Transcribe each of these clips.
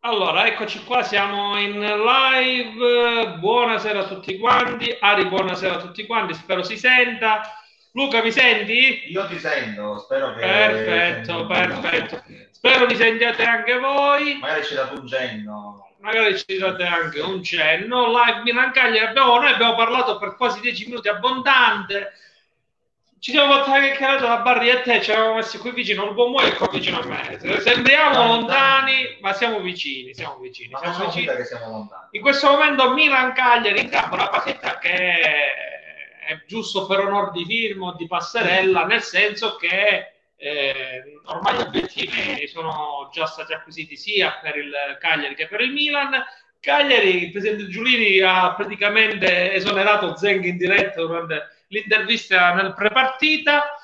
Allora, eccoci qua, siamo in live. Buonasera a tutti quanti. Ari, buonasera a tutti quanti. Spero si senta. Luca, mi senti? Io ti sento, spero che senti Perfetto, perfetto. Spero mi sentiate anche voi. magari ci dato un cenno. Magari ci date anche un cenno. Live Milan Cagliari. Noi abbiamo parlato per quasi 10 minuti abbondante. Ci siamo fatti chiacchierare la Barri e te, ci eravamo messi qui vicino al buon muoio e qua vicino a me. Sembriamo lontani, ma siamo vicini, siamo vicini, Ma siamo facciamo vicini. finta che siamo lontani. In questo momento Milan-Cagliari in campo, una partita che è giusto per onor di firma o di passerella, nel senso che ormai gli obiettivi sono già stati acquisiti sia per il Cagliari che per il Milan. Cagliari, il presidente Giulini ha praticamente esonerato Zeng in diretta durante l'intervista nel prepartita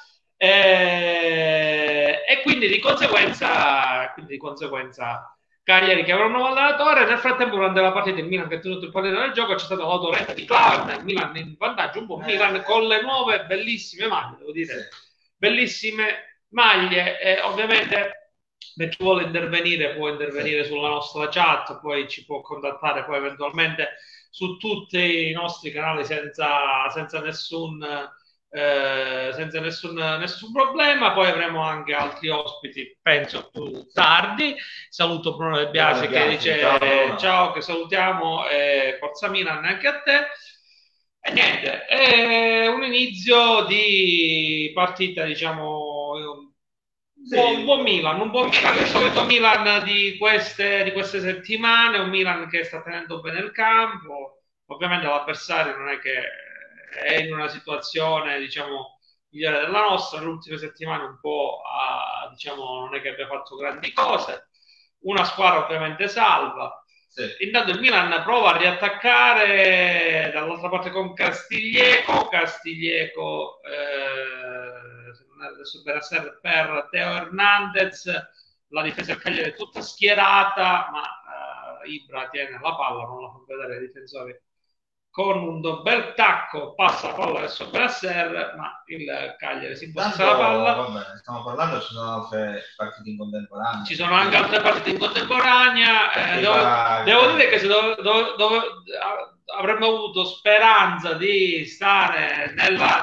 e quindi di conseguenza Cagliari che avrà un nuovo allenatore. Nel frattempo durante la partita il Milan che ha tenuto il pallone del gioco, c'è stata l'autoretta di Clown, il Milan in vantaggio, un po' Milan con le nuove bellissime maglie, devo dire, Sì. bellissime maglie. Ovviamente per chi vuole intervenire può intervenire Sì. sulla nostra chat, poi ci può contattare poi eventualmente su tutti i nostri canali senza nessun problema. Poi avremo anche altri ospiti, penso più tardi. Saluto Bruno De Bruno Biasi De che Biasi, ciao dice Bruno. ciao, che salutiamo, Forza Milan anche a te. E niente, è un inizio di partita, diciamo, un Sì, buon Milan, un buon Milan, il solito Milan di queste settimane, un Milan che sta tenendo bene il campo. Ovviamente l'avversario non è che è in una situazione, diciamo, migliore della nostra. Le ultime settimane un po', diciamo, non è che abbia fatto grandi cose. Una squadra ovviamente salva. sì. Intanto il Milan prova a riattaccare dall'altra parte con Castiglieco adesso per Teo Hernandez. La difesa del Cagliari è tutta schierata, ma Ibra tiene la palla, non la fa vedere ai difensori. Con un bel tacco passa la palla verso Benasser, ma il Cagliari si impossessa Intanto, la palla. va bene, stiamo parlando, ci sono altre partite in contemporanea, Ci per sono anche cui altre partite in contemporanea. chi fa Devo dire che se avremmo avuto speranza di stare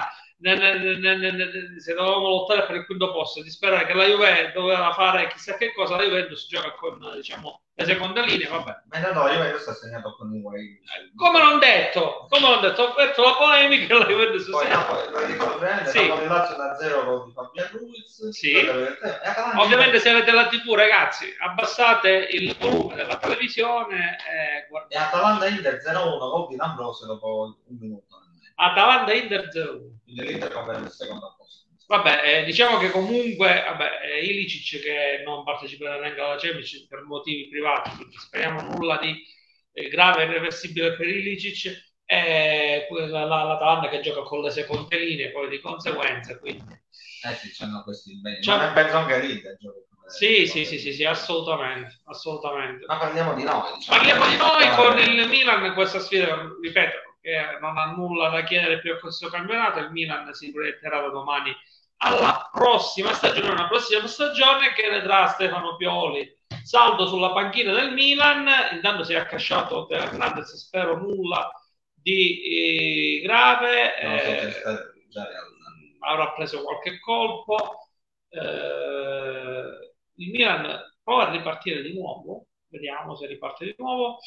se dovevamo lottare per il quinto posto, di sperare che la Juve doveva fare chissà che cosa. La Juventus gioca con, diciamo, le seconde linee, vabbè. ma intanto la Juventus ha segnato con i guai. Come non detto, ho aperto la polemica e la Juventus Poi si Napoli, lo ricordo bene, sì, Napoli Lazio 1-0 con di Fabian Ruiz. sì. Ovviamente se avete la TV, ragazzi, abbassate il volume della televisione e E guardate. Atalanta Inter 0-1 gol di D'Ambrosio dopo un minuto nemmeno. Atalanta Inter 0-1. Quindi l'Inter va per il secondo posto. Vabbè, diciamo che comunque Ilicic che non parteciperà neanche alla Champions per motivi privati, quindi speriamo nulla di grave e irreversibile per Ilicic. E l'Atalanta che gioca con le seconde linee poi di conseguenza, quindi Sì, c'hanno questi beni. C'è- Ma penso anche l'Inter gioca come sì, sì, seconda sì, sì, linea. sì, assolutamente, assolutamente. Ma parliamo di noi, diciamo. Parliamo di noi con il Milan. Questa sfida, ripeto, che non ha nulla da chiedere più a questo campionato. Il Milan si proietterà da domani alla prossima stagione, una prossima stagione che vedrà Stefano Pioli saldo sulla panchina del Milan. Intanto si è accasciato Teo Hernandez, spero nulla di grave. Non so se sta già realtà. Avrà preso qualche colpo. Il Milan prova a ripartire di nuovo, vediamo se riparte di nuovo.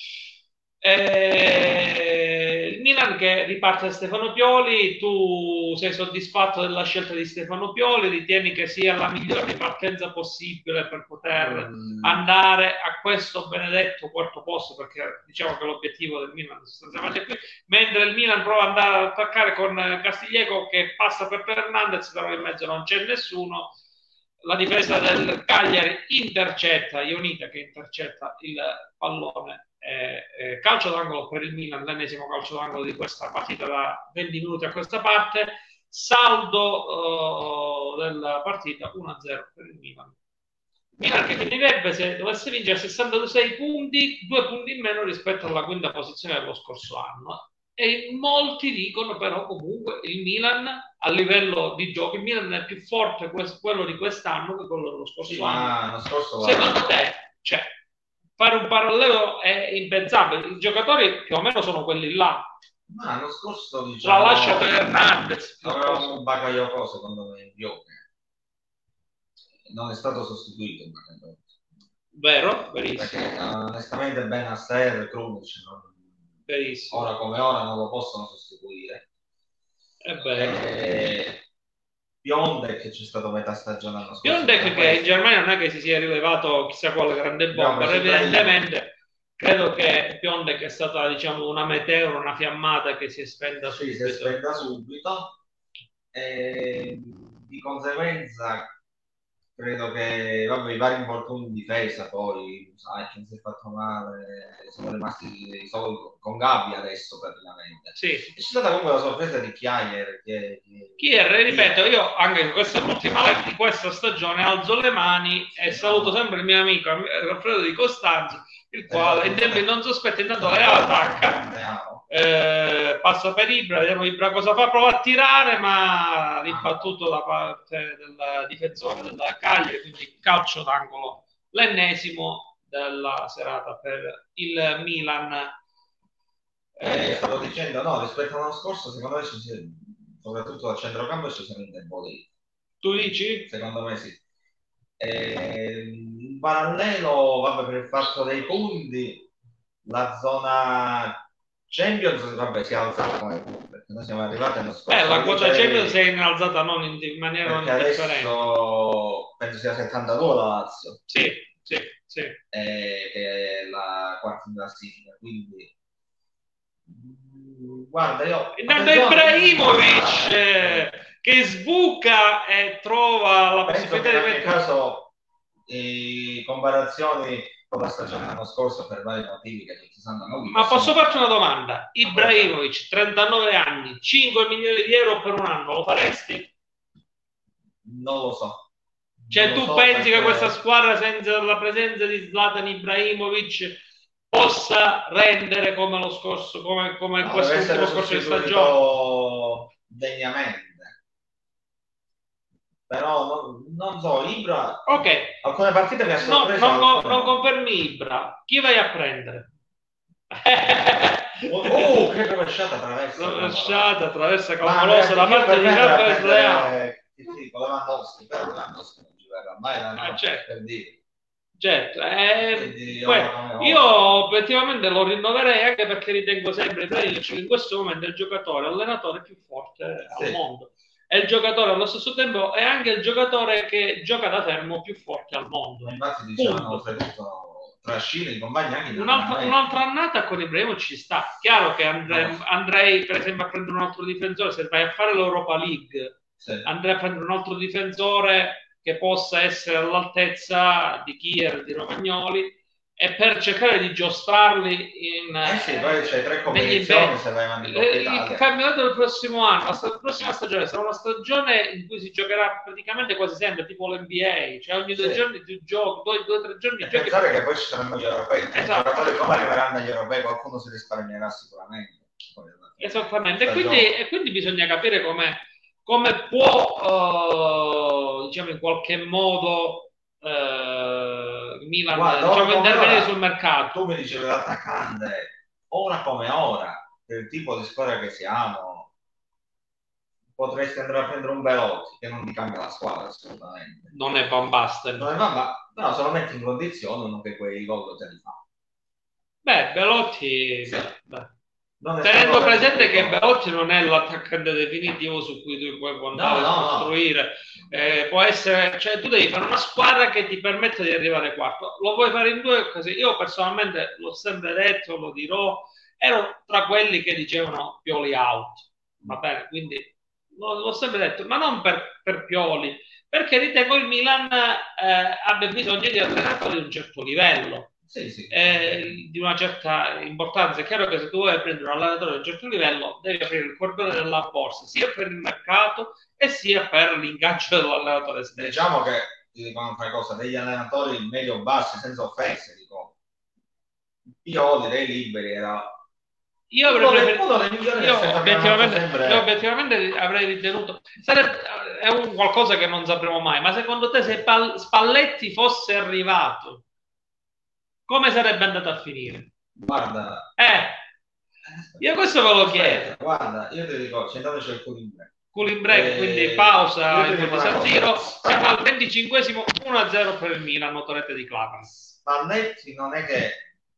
Il Milan che riparte da Stefano Pioli. Tu sei soddisfatto della scelta di Stefano Pioli? Ritieni che sia la migliore ripartenza possibile per poter andare a questo benedetto quarto posto? Perché diciamo che l'obiettivo del Milan sostanzialmente è qui, mentre il Milan prova ad andare ad attaccare con Castiglieco che passa per Fernandez, però in mezzo non c'è nessuno. La difesa del Cagliari intercetta Ionita che intercetta il pallone. Calcio d'angolo per il Milan, l'ennesimo calcio d'angolo di questa partita da 20 minuti a questa parte. Saldo della partita 1-0 per il Milan. Milan che finirebbe, se dovesse vincere, 66 punti, 2 punti in meno rispetto alla quinta posizione dello scorso anno. E molti dicono però comunque il Milan a livello di gioco, il Milan è più forte quello di quest'anno che quello dello Sì, scorso anno. ma l'anno scorso Secondo te, cioè, fare un parallelo è impensabile. I giocatori più o meno sono quelli là. Ma l'anno scorso, La diciamo, lascia per Hernandez. avevamo un Bakayoko, secondo me, in gioco. Non è stato sostituito il Bakayoko. Vero? Verissimo. Perché onestamente Benasser e Krunic Verissimo. ora come ora non lo possono sostituire. È vero. Piontek c'è stato metà stagione l'anno scorso. Piontek che in Germania non è che si sia rilevato chissà quale grande bomba, No, evidentemente credo che Piontek è stata, diciamo, una meteora, una fiammata che si è spenta sì, subito. si è spenta subito. Di conseguenza credo che vabbè, i vari infortuni in difesa poi Sacchi si è fatto male, sono rimasti solo con Gabbia adesso praticamente. Sì. E c'è stata comunque la sorpresa di Chiayer Chier, ripeto, io anche in questa ultima live di questa stagione alzo le mani e saluto sempre il mio amico Alfredo Di Costanzo, il quale in tempi non sospetti intanto Leao attacca, passa per Ibra, vediamo Ibra cosa fa, prova a tirare ma ribattuto da parte del difensore della Cagliari, quindi calcio d'angolo, l'ennesimo della serata per il Milan. Stavo dicendo, no, rispetto all'anno scorso secondo me soprattutto al centrocampo ci siamo indeboliti. Tu dici? Secondo me sì. In parallelo, vabbè, per il fatto dei punti, la zona Champions, vabbè, si è alzata come punti, perché noi siamo arrivati allo scorso. La quota Champions si è innalzata non in maniera non indifferente. Adesso penso sia 72 la Lazio. Sì, sì, sì. Che è la quarta in classifica, quindi guarda, io intanto Ibrahimovic che sbuca e trova la possibilità di mettere caso comparazioni con la stagione dell'anno scorso per vari motivi che ci sanno noi. Ma posso farti una domanda? Ibrahimovic, 39 anni, 5 milioni di euro per un anno, lo faresti? Non lo so. Cioè tu pensi che questa squadra senza la presenza di Zlatan Ibrahimovic possa rendere come lo scorso, come questo ultimo scorso di stagione? Degnamente. Però non so, Ibra. Ok. Alcune partite mi ha sorpreso. Non confermi Ibra. Chi vai a prendere? Che rovesciata attraversa clamorosa da parte di Gabriel Leao. Sì, con Lewandowski, però Lewandowski non giocherà mai, certo. Per dire. Certo, io obiettivamente lo rinnoverei anche perché ritengo sempre che in questo momento è il giocatore, allenatore più forte al mondo. È il giocatore allo stesso tempo è anche il giocatore che gioca da fermo più forte al mondo. Infatti diciamo oltretutto trascina i compagni anche un'altra annata con Ibrahimovic ci sta. Chiaro che andrei per esempio a prendere un altro difensore se vai a fare l'Europa League. Andrei a prendere un altro difensore che possa essere all'altezza di Chier, di Romagnoli e per cercare di giostrarli in poi c'è 3 competizioni se vai avanti il campionato del prossimo anno, la prossima stagione sarà una stagione in cui si giocherà praticamente quasi sempre tipo l'NBA, cioè ogni 2 giorni tu giochi, 2 o 3 giorni giochi. Pensare che poi ci saranno gli europei, esatto. Come arriveranno agli europei qualcuno si risparmierà sicuramente. Esattamente, e quindi bisogna capire come può diciamo in qualche modo Milan intervenire sul mercato. Tu mi dicevi l'attaccante, ora come ora, per il tipo di squadra che siamo, potresti andare a prendere un Belotti che non ti cambia la squadra assolutamente. Non è Van Basten. Però se lo metti in condizione uno che quei gol te li fa. Belotti tenendo presente che Belotti non è l'attaccante definitivo su cui tu puoi andare a costruire. Può essere, cioè tu devi fare una squadra che ti permette di arrivare quarto. Lo puoi fare in 2 occasioni. Io personalmente l'ho sempre detto, lo dirò, ero tra quelli che dicevano Pioli out, va bene, quindi l'ho sempre detto, ma non per Pioli, perché ritengo il Milan abbia bisogno di allenatori di un certo livello. Di una certa importanza. È chiaro che se tu vuoi prendere un allenatore di un certo livello devi aprire il cordone della borsa sia per il mercato e sia per l'ingaggio dell'allenatore stesso. Diciamo che ti dico un'altra cosa, degli allenatori medio-bassi senza offese, dico Pioli dei liberi era io obiettivamente avrei ritenuto è un qualcosa che non sapremo mai, ma secondo te se Spalletti fosse arrivato come sarebbe andato a finire? Guarda, Io questo ve lo chiedo. aspetta, guarda, io ti dico, c'è andato c'è il cooling break. Cooling break, quindi Io pausa ti in dico di una San cosa. Siro. Siamo al 25esimo, 1-0 per il Milan, motorette di Clapans. Spalletti non è che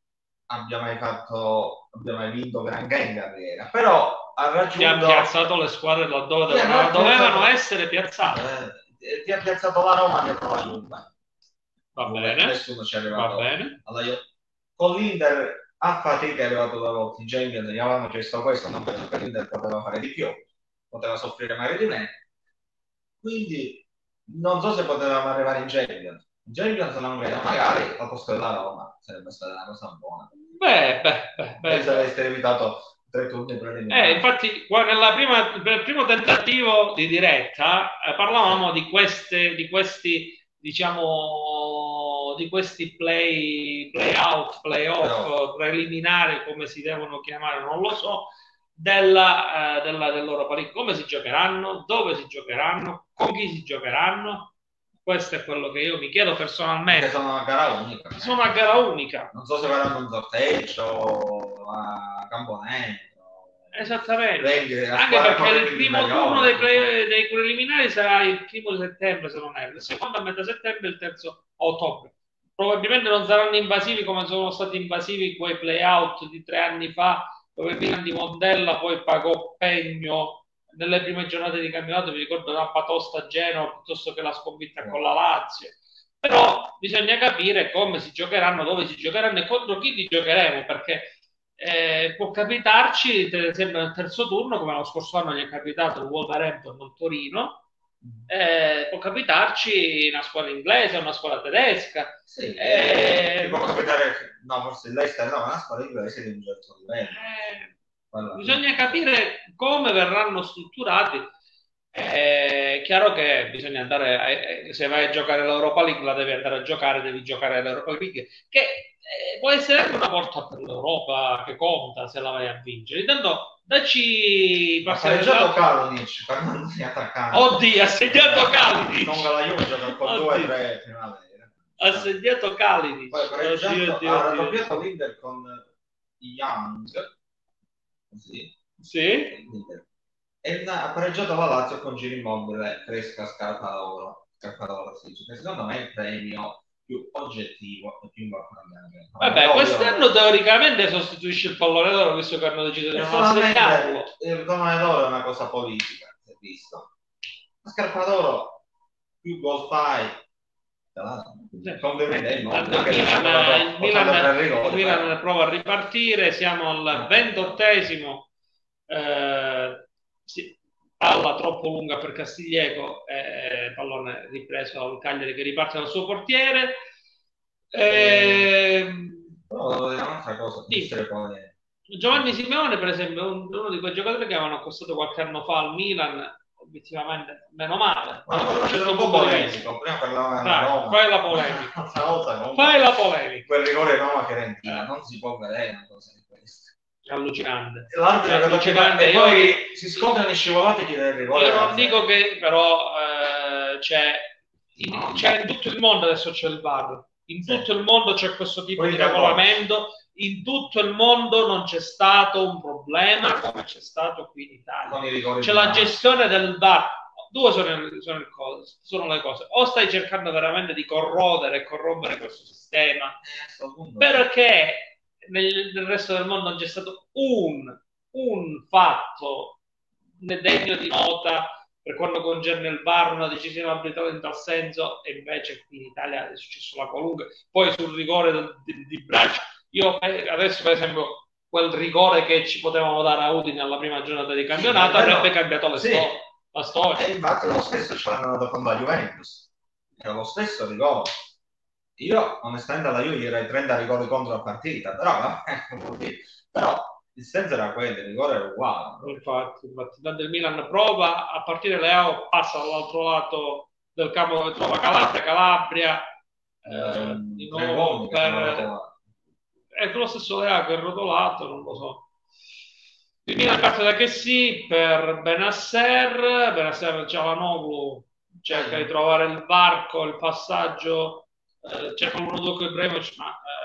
abbia mai vinto granché in carriera, però ha Ti ha raggiunto, piazzato le squadre laddove Sì, ha dovevano piazzato- essere piazzate. ti ha piazzato la Roma dietro la Juve. Va Dove bene, nessuno ci è va arrivato bene. alla Juve. Con l'Inter a fatica è arrivato due volte in Champions, gli avevamo chiesto questo, non credo che l'Inter poteva fare di più, poteva soffrire magari di meno. Quindi non so se potevamo arrivare in Champions. In Champions non credo, magari al posto della Roma sarebbe stata una cosa buona. Beh. Avreste evitato 3 turni preliminari. Infatti, nel primo tentativo di diretta parlavamo di questi, diciamo, di questi play out, play off, preliminari, come si devono chiamare, non lo so, dell'Europa League. Come si giocheranno? Dove si giocheranno? Con chi si giocheranno? Questo è quello che io mi chiedo personalmente. Perché sono una gara unica. Sono a gara unica. Non so se faranno un sorteggio a Camponeto. Esattamente, anche perché il primo turno dei preliminari sarà il 1° settembre, se non erro, il secondo a metà settembre e il terzo a ottobre. Probabilmente non saranno invasivi come sono stati invasivi quei play-out di 3 anni fa, dove il Milan di Montella poi pagò pegno nelle prime giornate di campionato, mi ricordo una batosta a Genova piuttosto che la sconfitta con la Lazio. Però bisogna capire come si giocheranno, dove si giocheranno e contro chi li giocheremo, perché può capitarci, per esempio, nel terzo turno, come lo scorso anno gli è capitato il Wolverhampton o il Torino, può capitarci una squadra inglese, una squadra tedesca. Sì, può capitare, no, forse l'Ester no, ma una squadra inglese di un certo livello. Bisogna capire come verranno strutturati. È chiaro che bisogna andare, se vai a giocare l'Europa League, la devi andare a giocare, devi giocare l'Europa League, che può essere anche una porta per l'Europa che conta se la vai a vincere. Intanto dacci ha pareggiato Kalinic per non attaccare. Oddio, ha segnato Kalinic. Non la Juve gioca con 2-3 primavera. Ha segnato Kalinic. Poi pareggiato, ha raddoppiato l'Inter con Young. Così. Sì. E ha pareggiato la Lazio con giro immobile, fresca, scarpa d'oro. Sì, che secondo me è il premio più oggettivo e più importante. Vabbè, quest'anno teoricamente sostituisce il pallone d'oro, visto che hanno deciso di non assegnarlo. Il pallone d'oro è una cosa politica, si è visto. La scarpa d'oro, più gol fai. Complimenti il Milan prova a ripartire, siamo al 28esimo. Sì, palla troppo lunga per Castiglieco, pallone ripreso al Cagliari che riparte dal suo portiere. Un'altra cosa, Giovanni Simeone, per esempio, uno di quei giocatori che avevano costato qualche anno fa al Milan, obiettivamente meno male. Ma c'è un po' polemico, prima parlavamo di Roma. Fai la polemica. Fai la polemica. Quel rigore Roma che rendiva, non si può vedere una cosa di questa. Allucinante. Allucinante. E poi si scontrano i scivolati chi del rigore. Io non dico che però c'è in tutto il mondo adesso c'è il VAR. In tutto il mondo c'è questo tipo di regolamento. In tutto il mondo non c'è stato un problema come c'è stato qui in Italia. C'è la gestione del VAR. Due sono le cose. O stai cercando veramente di corrodere e corrompere questo sistema, perché nel resto del mondo non c'è stato un fatto degno di nota per quanto concerne il VAR, una decisione arbitrale in tal senso, e invece qui in Italia è successo la qualunque. Poi sul rigore di braccio, io adesso per esempio quel rigore che ci potevano dare a Udine alla prima giornata di campionato avrebbe cambiato la storia. E infatti lo stesso ce l'hanno dato con la Juventus, era lo stesso rigore. Io onestamente alla Juve gli direi 30 rigori contro la partita, però il senso era quello, il rigore era uguale. Infatti tanto il Milan prova a partire, Leao passa dall'altro lato del campo dove trova Calabria, di nuovo è lo stesso Leao che è rotolato, non lo so. Il Milan parte da che sì per Benasser Cialanoglu cerca di trovare il varco, il passaggio, cerca l'1-2 con Ibrahimovic, ma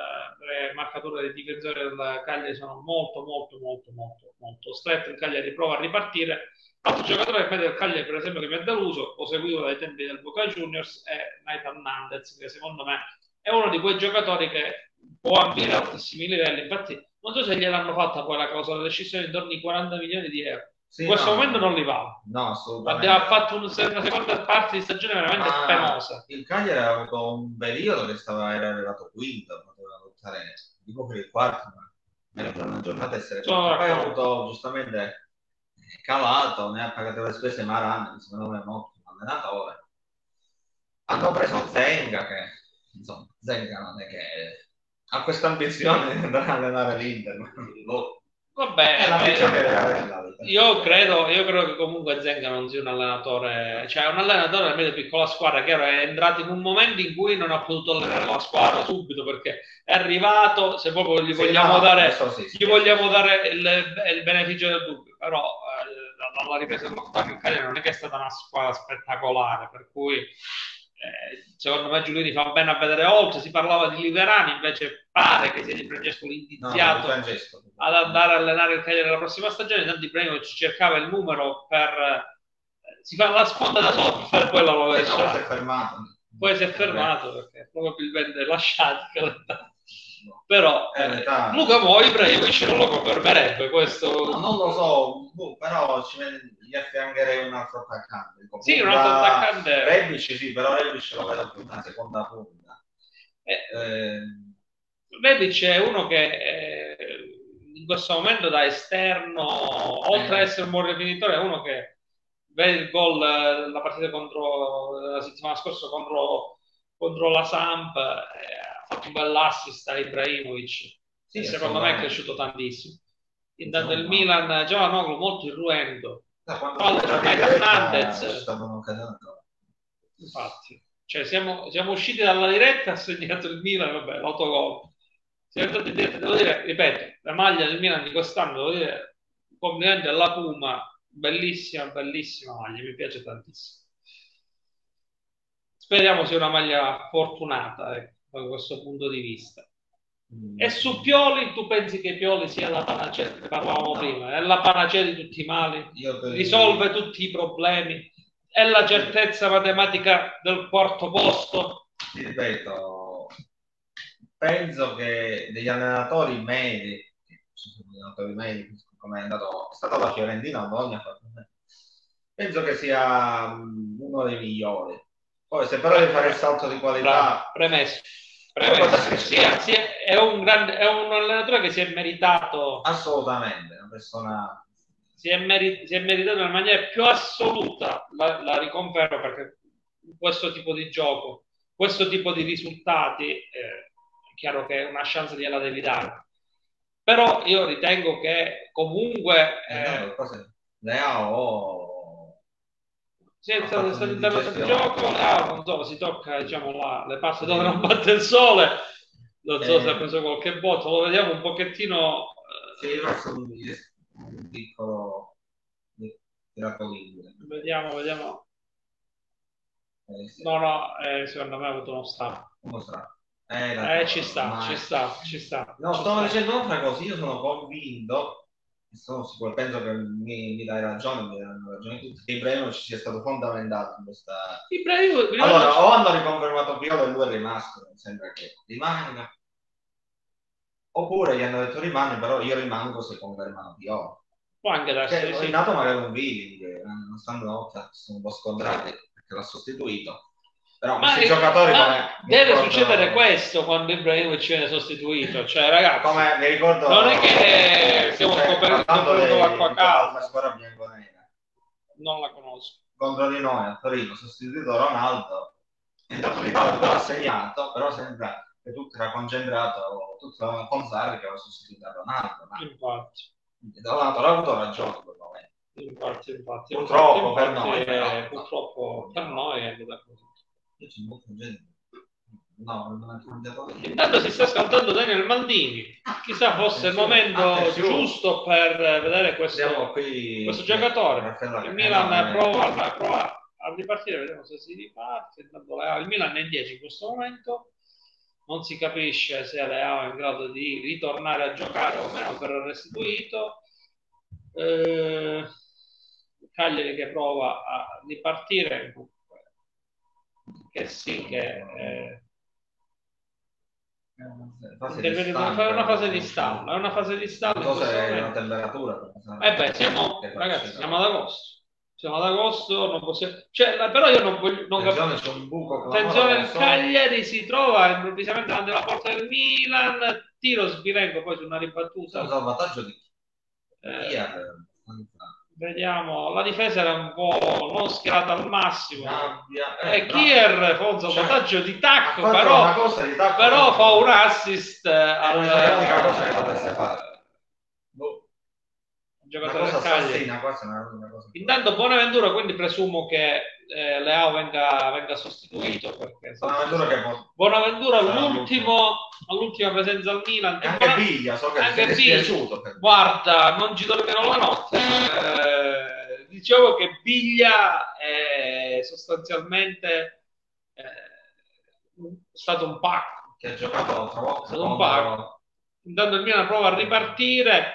tre marcature dei difensori del Cagliari sono molto, molto, molto, molto, molto stretti. Il Cagliari prova a ripartire. Altro giocatore che del Cagliari, per esempio, che mi è deluso, ho seguito dai tempi del Boca Juniors, è Nathan Nandez, che secondo me è uno di quei giocatori che può ambire a altissimi livelli. Infatti, non so se gliel'hanno fatta poi la cosa, la decisione intorno ai 40 milioni di euro. Sì, In questo no, momento non li va. no, Abbiamo assolutamente. fatto una seconda parte di stagione veramente Ma penosa. il Cagliari ha avuto un periodo che era arrivato quinto, poteva lottare, dico per il quarto, ma era per una giornata essere quarto. Poi ha avuto giustamente calato, ne ha pagato le spese Maran, che secondo me è un ottimo allenatore. Hanno preso Zenga, che insomma, Zenga non è che ha questa ambizione di andare a allenare l'Inter, ma vabbè, è l'ambizione della vita. io credo che comunque Zenga non sia un allenatore, cioè è un allenatore della media piccola squadra che è entrato in un momento in cui non ha potuto allenare la squadra subito perché è arrivato, se proprio gli vogliamo dare, gli vogliamo dare il beneficio del dubbio, però dalla ripresa del Cagliari non è che è stata una squadra spettacolare, per cui secondo me Giulini fa bene a vedere oltre. Si parlava di Liverani, invece pare che sia di Francesco l'indiziato ad andare a allenare il Cagliari la prossima stagione. Tanto Ibrahimovic cercava il numero per si fa la sponda da solo per fare quella poi si è fermato. Poi si è fermato perché probabilmente lasciati. Però Luca Mo Ibrahimovic non lo confermerebbe questo. No, non lo so, però gli affiancherei un altro attaccante. Sì, un altro attaccante. Rebic sì, però Rebic lo vedo più una seconda punta. Rebic è uno che in questo momento da esterno, oltre ad essere un buon rifinitore, è uno che vede il gol la partita contro la settimana scorsa contro la Samp, ha fatto un bell'assist a Ibrahimovic, sì, secondo me è cresciuto tantissimo. Intanto il Milan, Giovanoglu molto irruento, Fernandez, infatti, cioè siamo usciti dalla diretta, ha segnato il Milan, vabbè, l'autogol. Devo dire, ripeto, la maglia del Milan di quest'anno, devo dire, complimenti alla Puma, bellissima, bellissima maglia, mi piace tantissimo. Speriamo sia una maglia fortunata, da questo punto di vista. E su Pioli, tu pensi che Pioli sia la panacea, ne parlavamo prima, è la panacea di tutti i mali, risolve tutti i problemi, è la certezza matematica del quarto posto? Ti ripeto, penso che degli allenatori medi, come è stata la Fiorentina a Bologna, penso che sia uno dei migliori. Poi se però devi fare il salto di qualità, premesso. Sì, è un allenatore che si è meritato assolutamente, una persona si è meritato nella maniera più assoluta la riconferma, perché questo tipo di gioco, questo tipo di risultati è chiaro che una chance gliela devi dare, però io ritengo che comunque senza il gioco non so, si tocca diciamo le parti dove non batte il sole, non so se ha preso qualche botto, lo vediamo un pochettino un piccolo tiracolino. Vediamo. No, secondo me ha avuto uno strappo. Ci sta. No, stavo dicendo un'altra cosa, io sono convinto, sono sicuro, penso che mi dai ragione, mi danno ragione tutti, che Ibrahimovic ci sia stato fondamentale in questa... Allora, o hanno riconfermato Pioli e lui è rimasto, non sembra che rimanga, oppure gli hanno detto rimane, però io rimango se confermano Pioli. Può anche darsi, è nato magari un feeling, nonostante sono un po' scontrati perché l'ha sostituito. Però questi giocatori deve succedere questo quando Ibrahimovic viene sostituito, cioè ragazzi, come mi ricordo, non è che stiamo scoprendo l'acqua calda. La squadra bianconera non la conosco, contro di noi a Torino, sostituito Ronaldo, e dopo Ronaldo ha segnato, però sembra che tutto era concentrato, tutto con Sarri che aveva sostituito Ronaldo, infatti Ronaldo ha avuto ragione in quel momento. Infatti purtroppo per noi è andata così. C'è molta gente. No, non è cambiato. Intanto si sta scaldando Daniel Maldini. Chissà fosse il momento giusto per vedere questo giocatore. Il Milan prova a ripartire, vediamo se si riparte. Intanto il Milan è in 10 in questo momento. non si capisce se Leao è in grado di ritornare a giocare o meno per il restituito. Cagliari che prova a ripartire, che sì, che fase fare una fase di stallo, è una fase di stallo. Non so se è la temperatura. Ragazzi, siamo ad agosto. Siamo ad agosto, non possiamo... però io non voglio... C'è un buco. Attenzione, il Cagliari si trova improvvisamente davanti alla porta del Milan, tiro sbilenco poi su una ribattuta. Un salvataggio di vediamo, la difesa era un po' non schierata al massimo. E Kier fa un salvataggio di tacco, però fa un assist al giocatore del Cagliari. Intanto Bonaventura, quindi presumo che Leao venga sostituito, perché Bonaventura all'ultima presenza al Milan, anche Biglia, so che anche è dispiaciuto. Guarda, non ci dormirò la notte. Dicevo che Biglia è sostanzialmente stato un pacco. Che ha giocato l'altra volta. È stato un pacco. Intanto il Milan prova a ripartire.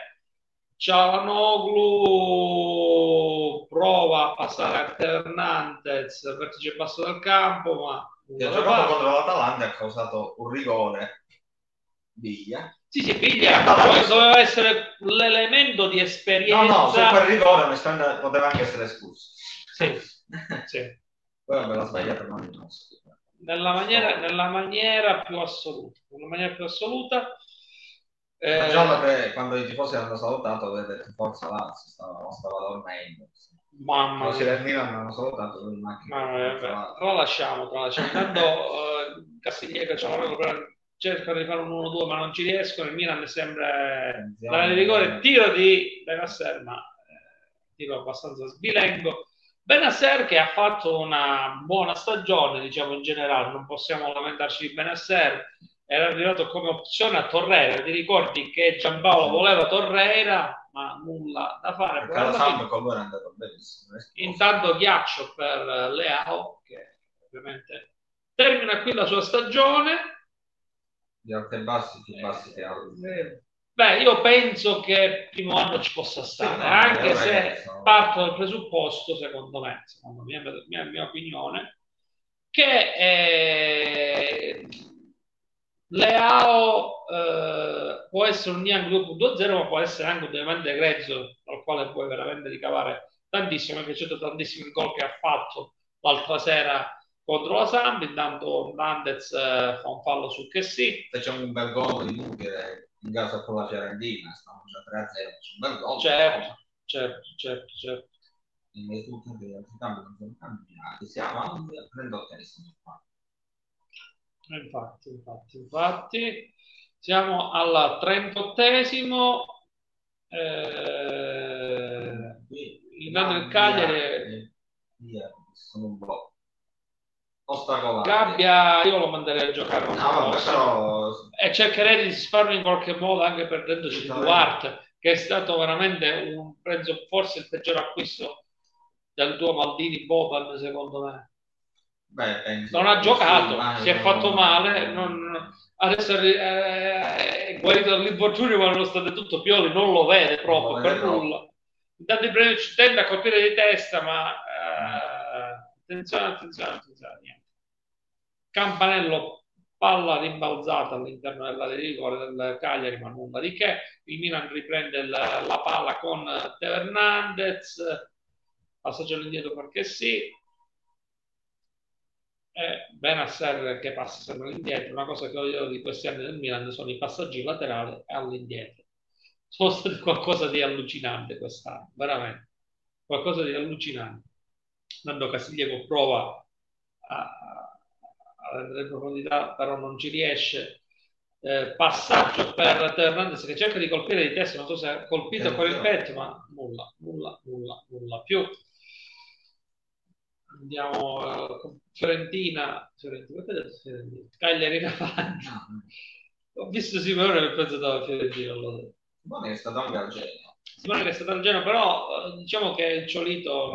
Cialanoglu prova a passare a Hernandez, vertice basso del campo, ma che ha giocato contro l'Atalanta e ha causato un rigore. Biglia. Sì, Biglia doveva essere l'elemento di esperienza. No, su quel rigore poteva anche essere espulso. Sì. Poi vabbè, l'ha sbagliato, ma non nella maniera più assoluta. Quando i tifosi hanno salutato, avete detto forza Lazio, stava dormendo. Mamma mia. Se del Milan hanno salutato, lui in macchina. Tralasciamo. Intanto Castiglieco cerca di fare un 1-2, ma non ci riescono. Il Milan è sempre dare di rigore. Tiro di Benasser, ma tiro abbastanza sbilenco. Benasser che ha fatto una buona stagione, diciamo in generale, non possiamo lamentarci di Benasser. Era arrivato come opzione a Torreira. Ti ricordi che Giampaolo voleva Torreira, ma nulla da fare. Con lui è andato benissimo. Intanto ghiaccio per Leao, che ovviamente termina qui la sua stagione. Di alti e bassi, più bassi che alti. Beh, io penso che il primo anno ci possa stare, anche se parto dal presupposto, secondo me, mia opinione, che Leao può essere un Young 2.0, ma può essere anche un diamante grezzo dal quale puoi veramente ricavare tantissimo. Mi è piaciuto tantissimo il gol che ha fatto l'altra sera contro la Samp. Intanto Hernandez fa un fallo su che sì. Facciamo un bel gol di Inter in casa con la Fiorentina, stiamo già 3-0, c'è un bel gol. Certo. I risultati degli altri campi non sono cambiati, siamo a 38esimo qua. Infatti, siamo al 38esimo. Intanto il Cagliari sono un po' ostacolati. Gabbia io lo manderei a giocare però... e cercherei di disfarlo in qualche modo anche perdendoci Duarte, che è stato veramente penso forse il peggior acquisto del tuo Maldini Boban, secondo me. Non ha giocato, si è fatto male, adesso è guarito dall'infortunio, ma nonostante tutto Pioli non lo vede proprio per nulla. Intanto il premio ci tende a colpire di testa, ma attenzione. Niente. Campanello, palla rimbalzata all'interno dell'area di rigore del Cagliari, ma nulla di che. Il Milan riprende la palla con Teo Hernandez, passaggio all'indietro perché sì. Benasser che passa sempre all'indietro. Una cosa che ho di questi anni del Milan sono i passaggi laterali all'indietro. Sono stati qualcosa di allucinante quest'anno, veramente qualcosa di allucinante. Nando Castiglieco prova a rendere profondità, però non ci riesce. Passaggio per Hernandez che cerca di colpire di testa, non so se ha colpito con il petto, ma nulla più. Andiamo Fiorentina, Cagliari davanti. Ho visto Simone e ho pensato alla Fiorentina. Simone è stato anche al Genoa. Simone è stato al Genoa, però diciamo che il Ciolito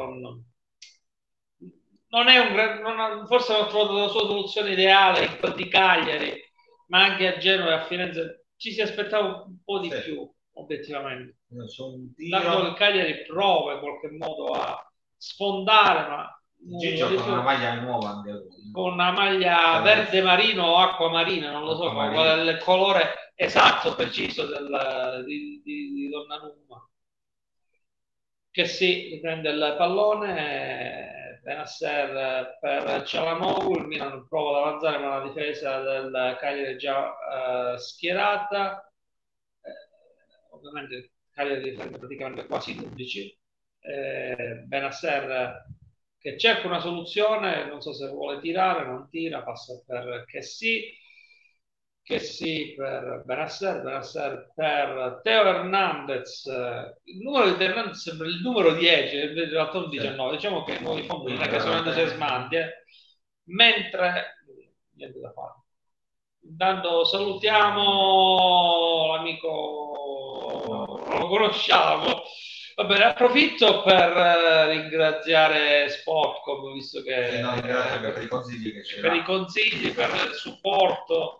non è forse ha trovato la sua soluzione ideale in quel di Cagliari, ma anche a Genova e a Firenze ci si aspettava un po' di Sì. più, obiettivamente. C'è un Tanto tiro. il Cagliari prova in qualche modo a sfondare, ma nulla Gigio di con una più. maglia nuova anche lui. Con una maglia verde Bellissimo. marino o acqua marina, non lo so Acquamarino. qual è il colore esatto, preciso di Donnarumma, che si riprende il pallone, Benasser per Cialanoglu, il Milan prova ad avanzare ma la difesa del Cagliari è già schierata, ovviamente il Cagliari difende praticamente quasi 12, Benasser che cerca una soluzione, non so se vuole tirare, non tira, passa per che sì per Benasser, Benasser per Teo Hernandez, il numero di Teo Hernandez sembra il numero 10, in realtà un 19, diciamo che noi fondi non è che sono entusiasmanti, mentre niente da fare. Intanto salutiamo l'amico, lo conosciamo. Va bene, approfitto per ringraziare Sportcom, visto che Sì, no, ringrazio per i consigli che ci per i dà. consigli, per il supporto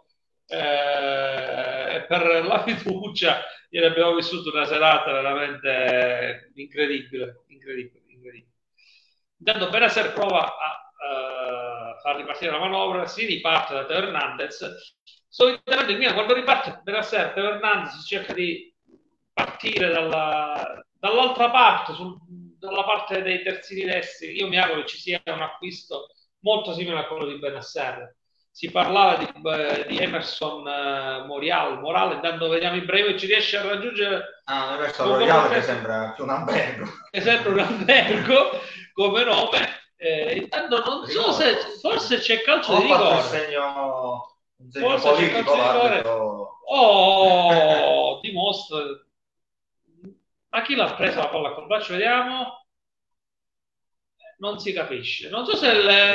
e per la fiducia. Ieri abbiamo vissuto una serata veramente incredibile, incredibile, incredibile. Intanto Benasser prova a far ripartire la manovra, si riparte da Teo Hernandez. Solitamente il Milan quando riparte Benasser, Teo Hernandez cerca di partire dall'altra parte, dalla parte dei terzini destri. Io mi auguro che ci sia un acquisto molto simile a quello di Benasser. Si parlava di Emerson Morale, intanto vediamo Ibrahimovic ci riesce a raggiungere Ah, mi verso Royale che sembra più un albergo. è sempre un albergo come nome. Intanto non so se forse c'è calcio di rigore. Un segno Forse c'è politico calcio di rigore. l'arbitro. Oh, dimostra. Ma chi l'ha presa la palla col braccio? Vediamo. Non si capisce. Non so se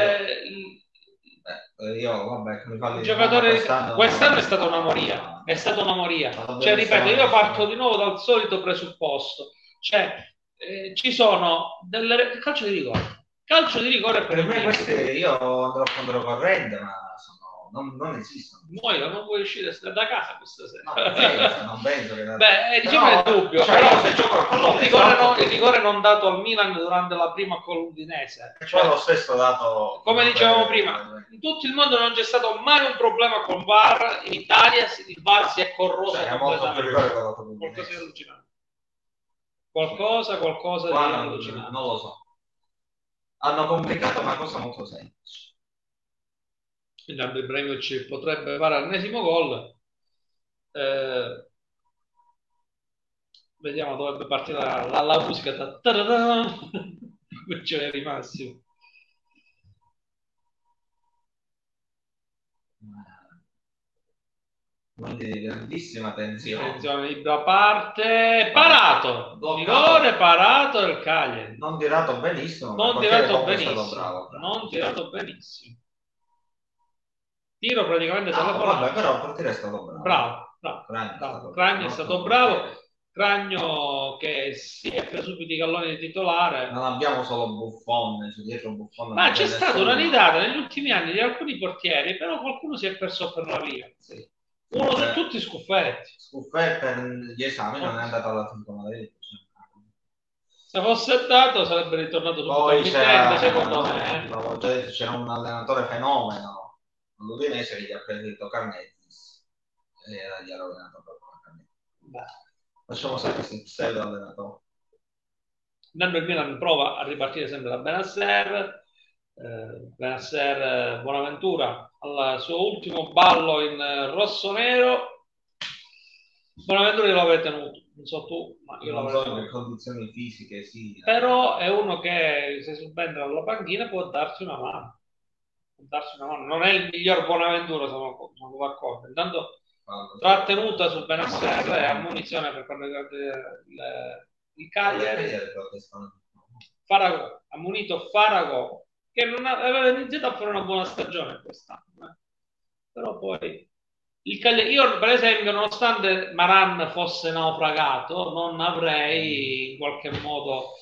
Io, vabbè, mi fa il di giocatore quest'anno è stata una moria. No. È stata una moria. Cioè, ripeto, io parto di nuovo dal solito presupposto. Cioè, ci sono delle calcio di rigore. Calcio di rigore Per me punitivo. queste io andrò controcorrente, ma non esistono. Muoio, non vuoi uscire da casa questa No, sera. non penso che Beh, diciamo è dubbio, cioè, però se gioco con il rigore non dato al Milan durante la prima col-Udinese. cioè lo stesso dato. Come dicevamo prima, in tutto il mondo non c'è stato mai un problema con VAR, in Italia il VAR si è corroso Cioè, è molto più rigore con qualcosa di allucinante. Qualcosa di allucinante. Non lo so. Hanno complicato una cosa molto semplice. Intanto Ibrahimovic potrebbe fare l'ennesimo gol. Vediamo, dovrebbe partire la musica. Qui ce n'è Massimo. Quindi grandissima tensione. Attenzione, libera parte, parato. Rigore parato del Cagliari. Non tirato benissimo. Non tirato benissimo. Bravo. Non tirato benissimo. Tiro praticamente telefonato. Vabbè, però il portiere è stato bravo. Bravo. Cragno è stato bravo. Cragno che si è preso tutti i galloni di titolare. Non abbiamo solo Buffon, dietro Buffon. Ma c'è stata una ridata negli ultimi anni di alcuni portieri, però qualcuno si è perso per la via. Sì. Uno su tutti Scuffetti. Scuffetti per gli esami non è andato all'Atletico Madrid. Se fosse andato sarebbe ritornato subito al mittente, secondo me. C'era un allenatore fenomeno all'Udinese che gli ha preso Carnetis e gli ha rovinato proprio Carnetis. Facciamo sapere se pseudo allenatore. Andando il Milan prova a ripartire sempre da Benasser. Benasser Bonaventura al suo ultimo ballo in rosso-nero. Bonaventura io l'avrei tenuto, non so tu, ma io non l'avrei so tenuto. che condizioni fisiche sì. Però è uno che se subentra dalla panchina può darci una mano. Non è il miglior Bonaventura, sono d'accordo. Intanto trattenuta su Benasser e ammonizione per quanto riguarda il Cagliari. Farago, ammonito Farago, che non aveva iniziato a fare una buona stagione quest'anno. Però poi il Cagliari, io per esempio, nonostante Maran fosse naufragato, non avrei in qualche modo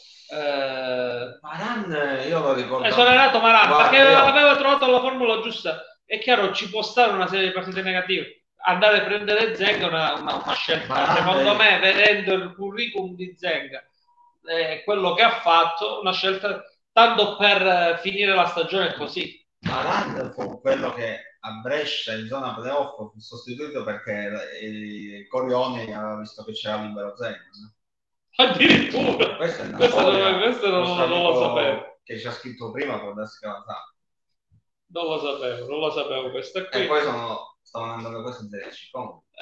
Maran, io lo ricordo. Esonerato Maran perché aveva trovato la formula giusta. È chiaro, ci può stare una serie di partite negative, andare a prendere Zenga è una scelta, secondo me, vedendo il curriculum di Zenga, quello che ha fatto, una scelta tanto per finire la stagione così. Malan fu quello che a Brescia in zona playoff fu sostituito perché Corioni aveva visto che c'era libero Zenga. Addirittura, questa è una storia. questo non lo sapevo. Che ci ha scritto prima può darsi che la sa. Non lo sapevo questa qui. E poi stavano andando queste in Serie C.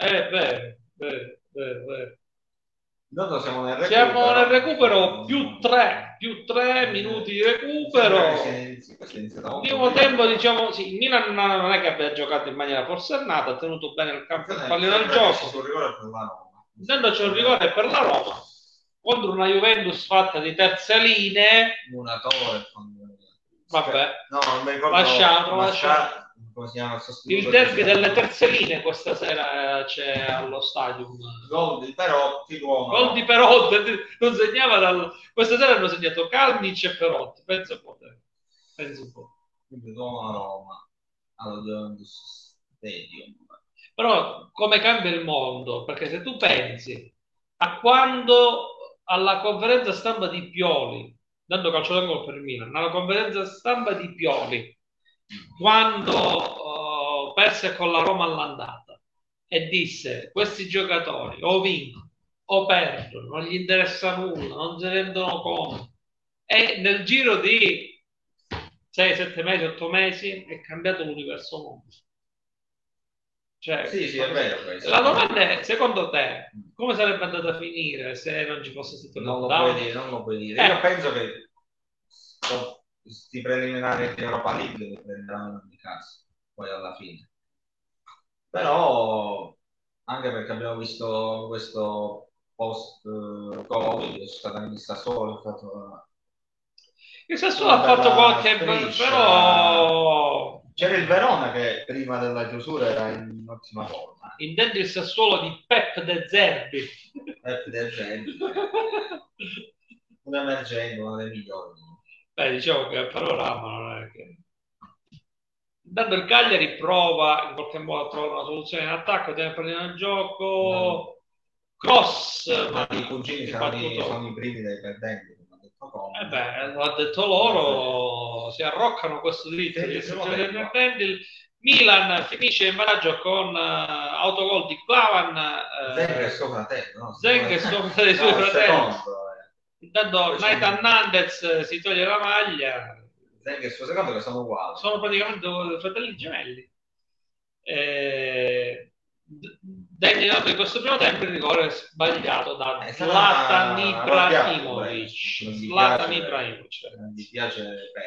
Vero. Intanto siamo nel recupero più 3 minuti di recupero. Primo tempo, diciamo, sì, il Milan non è che abbia giocato in maniera forsennata, ha tenuto bene il campo, il pallino del gioco. Intanto c'è un rigore per la Roma contro una Juventus fatta di terze linee. Vabbè, no, non mi ricordo. Lasciamo. Come si chiama il derby delle terze linee questa sera c'è allo stadium. Gol di Perotti, non segnava questa sera hanno segnato Kalinic e Perotti, penso un po'. Quindi Roma allo Juventus Stadium. Però come cambia il mondo, perché se tu pensi a quando alla conferenza stampa di Pioli, dando calcio d'angolo per Milan, alla conferenza stampa di Pioli, quando perse con la Roma all'andata e disse: questi giocatori o vincono o perdono, non gli interessa nulla, non si rendono conto, e nel giro di 6, 7 mesi, 8 mesi è cambiato l'universo mondo. Cioè, sì, è vero questo. La domanda è, secondo te, come sarebbe andata a finire se non ci fosse stato non lo puoi dire. Io penso che questi preliminari di Europa League li prenderanno in ogni caso, poi alla fine. Però, anche perché abbiamo visto questo post-Covid, è stata vista solo, il Sassuolo ha fatto qualche però c'era il Verona che prima della chiusura era in ottima forma. Intendi il Sassuolo di Pep De Zerbi. Un emergente, uno dei migliori. Beh, diciamo che il panorama non è che... Intanto il Cagliari prova in qualche modo a trovare una soluzione in attacco, tiene prendere il gioco, cross, ma i cugini sono i primi dei perdenti. Lo ha detto loro, si arroccano questo diritto di essere dei perdenti. Il Milan finisce in vantaggio con autogol di Klavan. Zenga è suo fratello, no? Zenga è suo fratello. Intanto Nathan Nandez si toglie la maglia. Zenga e il suo secondo che sono uguali. Sono praticamente fratelli gemelli. Degni di questo primo tempo il rigore sbagliato da Zlatan Ibrahimovic. Non gli piace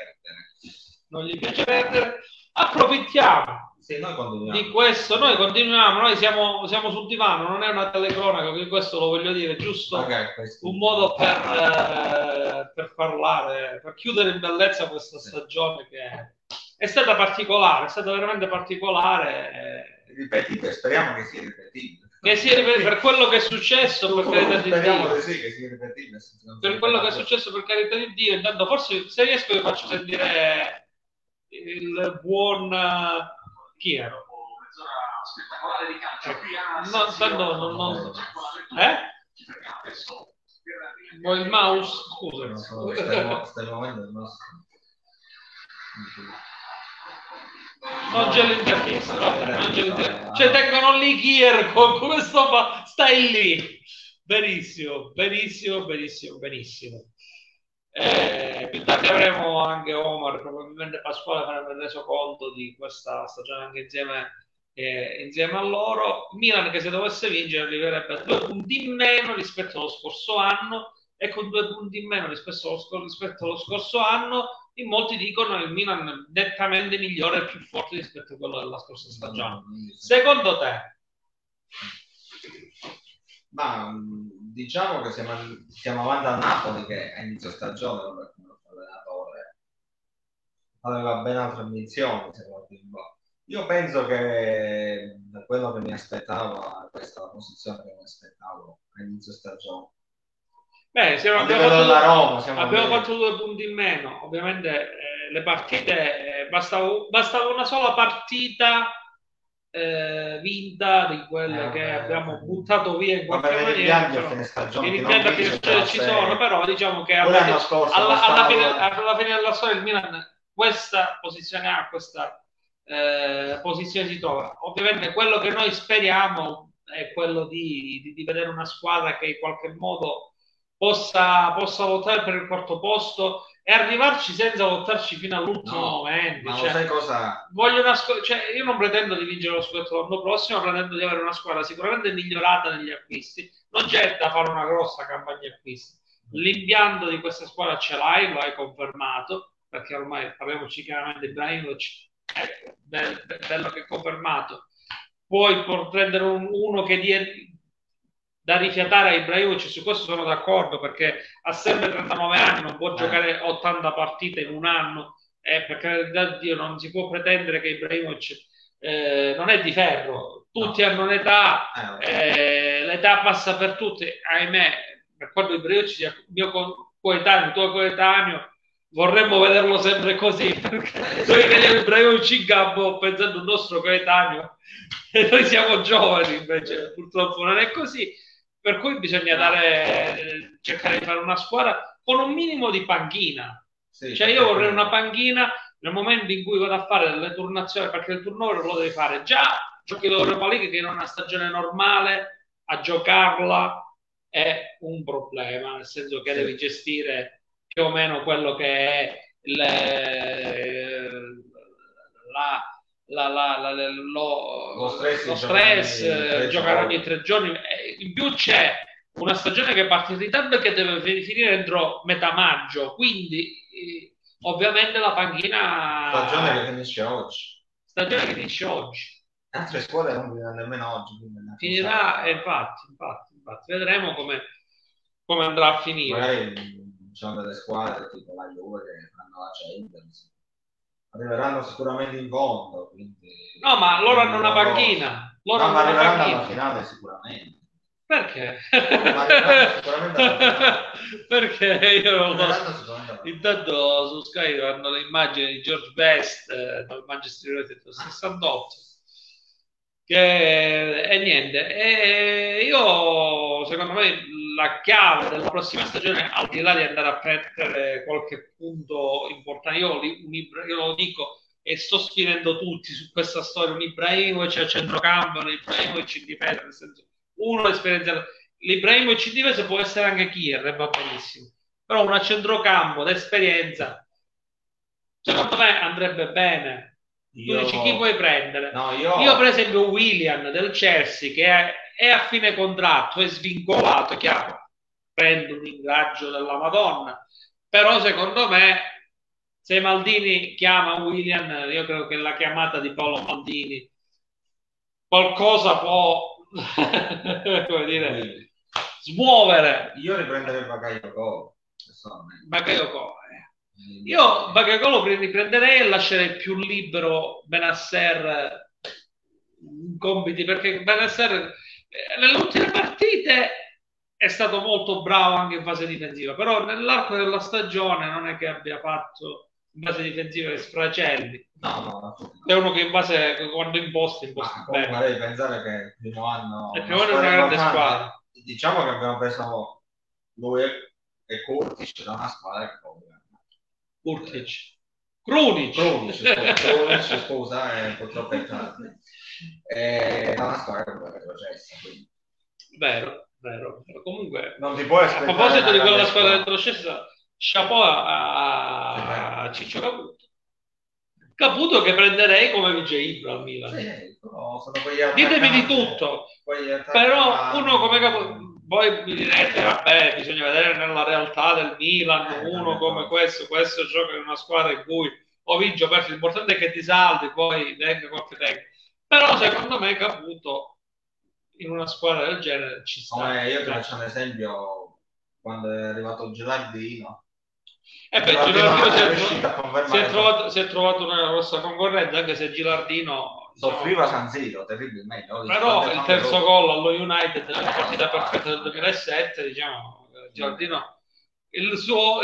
perdere. Approfittiamo di questo. Noi continuiamo, noi siamo sul divano, non è una telecronaca, questo lo voglio dire, giusto un modo per parlare, per chiudere in bellezza questa stagione che è stata particolare, è stata veramente particolare. Ripetibile, speriamo che sia ripetibile. Che sia ripetibile per quello che è successo, per carità di Dio. Sì, che sia ripetibile. Per quello che è successo, per carità di Dio. Intanto forse se riesco vi faccio sentire il buon chi era? Spettacolare di calcio. No, tanto non. Il mouse? Scusa. Stai muovendo il mouse. Non c'è l'intervista, cioè tengono lì Kier come stai lì. Benissimo. Più tardi avremo anche Omar, probabilmente Pasquale farà reso conto di questa stagione anche insieme a loro. Milan che se dovesse vincere arriverebbe a 2 punti in meno rispetto allo scorso anno, e con 2 punti in meno rispetto allo scorso anno in molti dicono il Milan nettamente migliore e più forte rispetto a quello della scorsa stagione. Secondo te? Ma diciamo che siamo avanti a Napoli che a inizio stagione l'allenatore aveva ben altre ambizioni. Io penso che da quello che mi aspettavo, questa è la posizione che mi aspettavo a inizio stagione. Beh, abbiamo fatto 2 punti in meno. Ovviamente le partite bastava una sola partita vinta, di quelle che abbiamo buttato via in vabbè, qualche i maniera. rimpianti a fine I stagione, chi non rimpianti a fine vince stagione però ci sono, però diciamo che pure l'anno scorso non stava... alla fine della storia il Milan questa posizione ha, questa posizione si trova. Ovviamente quello che noi speriamo è quello di vedere una squadra che in qualche modo possa lottare per il quarto posto e arrivarci senza lottarci fino all'ultimo momento. Ma cioè, sai cosa? voglio cioè, io non pretendo di vincere lo scudetto l'anno prossimo, pretendo di avere una squadra sicuramente migliorata negli acquisti. Non c'è da fare una grossa campagna acquisti. L'impianto di questa squadra ce l'hai, lo hai confermato, perché ormai parliamoci chiaramente, Ibrahimovic è bello che è confermato. Puoi prendere uno che da rifiatare a Ibrahimovic, su questo sono d'accordo, perché ha sempre 39 anni, non può giocare 80 partite in un anno, per carità di Dio non si può pretendere che Ibrahimovic non è di ferro, tutti hanno un'età, l'età passa per tutti, ahimè, per quanto Ibrahimovic sia mio coetaneo, tuo coetaneo, vorremmo vederlo sempre così, perché noi vediamo Ibrahimovic in campo pensando al nostro coetaneo e noi siamo giovani, invece purtroppo non è così, per cui bisogna cercare di fare una squadra con un minimo di panchina. Sì, cioè io vorrei una panchina nel momento in cui vado a fare delle turnazioni, perché il turnover lo devi fare già, giochi l'Europa League che in una stagione normale a giocarla è un problema, nel senso che devi gestire più o meno quello che è lo stress, giocare ogni 3 giorni. In più c'è una stagione che è partitoriale che deve finire entro metà maggio, quindi ovviamente la panchina... Stagione che finisce oggi. Stagione che finisce oggi. Altre scuole non finiranno nemmeno oggi. Finirà, infatti, vedremo come andrà a finire. Magari ci sono delle squadre tipo la Juve che fanno la Champions. Arriveranno sicuramente in fondo. Quindi, no, ma loro hanno una panchina. Loro hanno arriveranno alla finale sicuramente. Perché? Sicuramente perché io non lo so. Intanto su Sky hanno le immagini di George Best dal Manchester United 68 e niente, e io secondo me la chiave della prossima stagione, al di là di andare a prendere qualche punto importante, io lo dico e sto sfidando tutti su questa storia, un Ibrahimovic a centrocampo, un Ibrahimovic in difesa, nel senso, uno esperienziato, l'Ibrahimovic in difesa può essere anche Kier, va benissimo, però un a centrocampo d'esperienza secondo me andrebbe bene. Tu dici chi puoi prendere? No, io per esempio Willian del Chelsea che è a fine contratto, è svincolato, chiaro, prendo un ingaggio della Madonna, però secondo me se Maldini chiama Willian, io credo che la chiamata di Paolo Maldini qualcosa può come dire, smuovere. Io riprenderei Bakayoko. Bakayoko. Io Bakayoko lo riprenderei e lascerei più libero Benasser in compiti, perché Benasser nelle ultime partite è stato molto bravo anche in fase difensiva, però nell'arco della stagione non è che abbia fatto in base difensiva sfracelli. No. È uno che in base, quando imposta bene. Ma devi pensare che il primo anno è una grande squadra. Diciamo che abbiamo preso lui e Kurtic da una squadra che Krunic, scusa, purtroppo è tardi. Da una squadra che è retrocessa. Vero. Comunque, non ti puoi a proposito di quella squadra retrocessa, chapeau a Ciccio Caputo che prenderei come vice Ibra al Milan. Ditemi di tutto, però uno come Caputo, voi mi direte vabbè, bisogna vedere nella realtà del Milan uno come questo gioca in una squadra in cui o vince o perso, l'importante è che ti salvi, poi venga qualche tempo, però secondo me Caputo in una squadra del genere ci sta. Io ti faccio un esempio quando è arrivato Gilardino. Gilardino si è trovato una grossa concorrenza, anche se Gilardino soffriva San Siro terribilmente, però il terzo gol allo United nella partita perfetta del 2007, diciamo, Gilardino il suo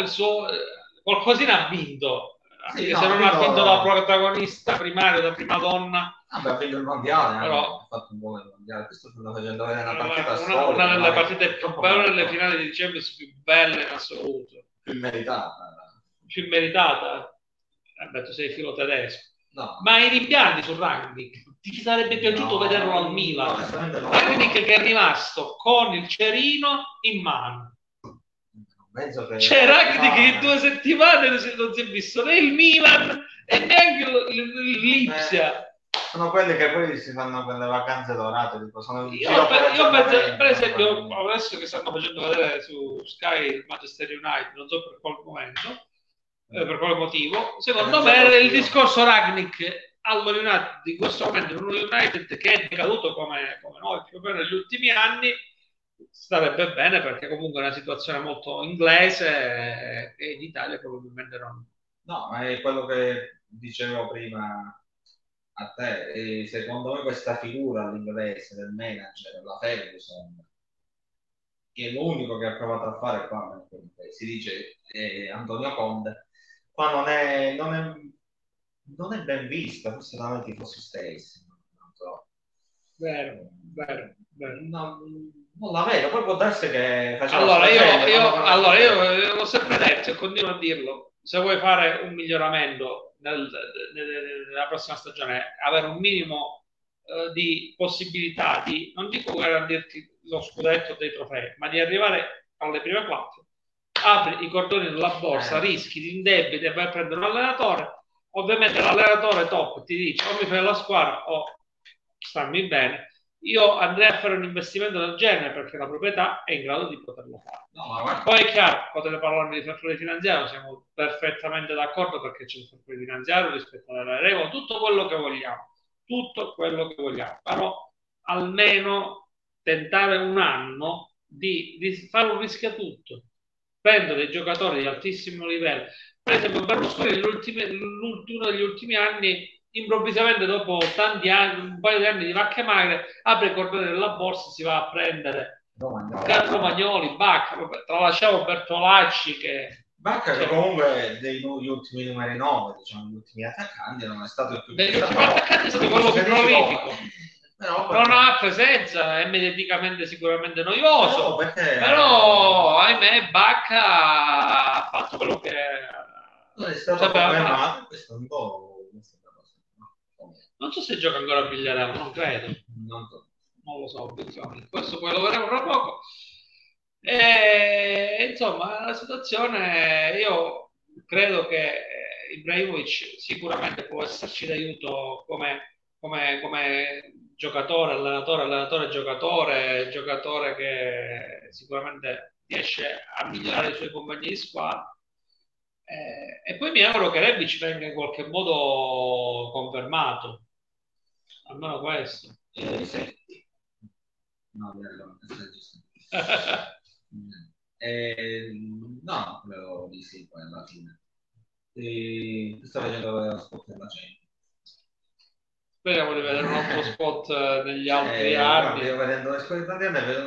qualcosina ha vinto, se non ha vinto da protagonista primario, da prima donna, Vabbè, ha vinto il mondiale, però ha fatto un buon mondiale. Questo stanno facendo vedere una partita una storica, delle ma partite più troppo belle delle bella, finali di Champions più belle in assoluto, più meritata. più meritata. Beh, tu sei filo tedesco. No, Ma i rimpianti su Rangnick, ti sarebbe piaciuto no, vederlo al no, Milan? onestamente no. Rangnick che è rimasto con il cerino in mano. Penso che C'è Rangnick che in 2 settimane non si è visto né il Milan e neanche l'Ipsia. Sono quelli che poi si fanno quelle vacanze dorate, tipo sono in Io, giro per io penso, per aggiornamenti. esempio, adesso che stanno facendo vedere su Sky il Manchester United, non so per quale momento, per quale motivo, secondo me il discorso Ragnick allo United in questo momento, in un United che è decaduto come noi più o meno negli ultimi anni, starebbe bene perché comunque è una situazione molto inglese e in Italia probabilmente non. No, ma è quello che dicevo prima a te. E secondo me questa figura all'inglese del manager, la Ferguson, che è l'unico che ha provato a fare qua, si dice Antonio Conte, qua non è ben vista, forse da noi tifosi stessi. Non so. Vero, vero, vero. No, non la vedo, poi può darsi che faceva Allora, stagione, io l'ho sempre detto e continuo a dirlo, se vuoi fare un miglioramento nella prossima stagione, avere un minimo di possibilità di, non dico garantirti lo scudetto dei trofei, ma di arrivare alle prime 4, apri i cordoni della borsa, rischi, ti indebiti e vai a prendere un allenatore, ovviamente l'allenatore top ti dice o mi fai la squadra o stammi bene, io andrei a fare un investimento del genere perché la proprietà è in grado di poterlo fare. No, poi è chiaro, potete parlarmi di fair play finanziario, siamo perfettamente d'accordo perché c'è il fair play finanziario rispetto alle regole, tutto quello che vogliamo, però almeno tentare un anno di fare un rischio a tutto, prendere dei giocatori di altissimo livello. Per esempio Berlusconi uno degli ultimi anni improvvisamente dopo tanti anni, un paio di anni di vacche magre, apre il cordone della borsa e si va a prendere Romagnoli, Bacca, tralasciamo Bertolacci che Bacca che comunque degli ultimi numeri 9, diciamo, gli ultimi attaccanti non è stato il più degli ultimi attaccanti è stato quello più prolifico. Non ha presenza, è mediaticamente sicuramente noioso, però ahimè Bacca ha fatto quello che non è stato confermato, questo è un po'. Non so se gioca ancora a Vigliarella, non credo. Non lo so, questo poi lo vedremo fra poco. E, insomma, la situazione, io credo che Ibrahimovic sicuramente può esserci d'aiuto come giocatore, allenatore, giocatore che sicuramente riesce a migliorare i suoi compagni di squadra. E poi mi auguro che Rebic venga in qualche modo confermato, almeno questo. No, no, credo di sì, poi alla fine. Sto facendo lo spot della gente. Speriamo di vedere un altro spot negli altri anni. Io vedendo le squadre italiane vedo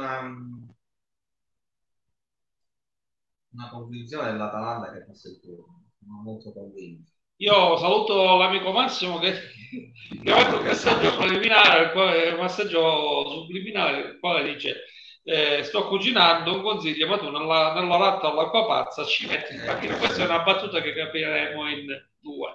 una convinzione dell'Atalanta che passa il turno. Sono molto convinto. Io saluto l'amico Massimo che ha fatto un messaggio preliminare, un messaggio subliminale, il quale dice sto cucinando un consiglio, ma tu nella latta all'acqua pazza ci metti il pacchino. Questa è una battuta che capiremo in 2.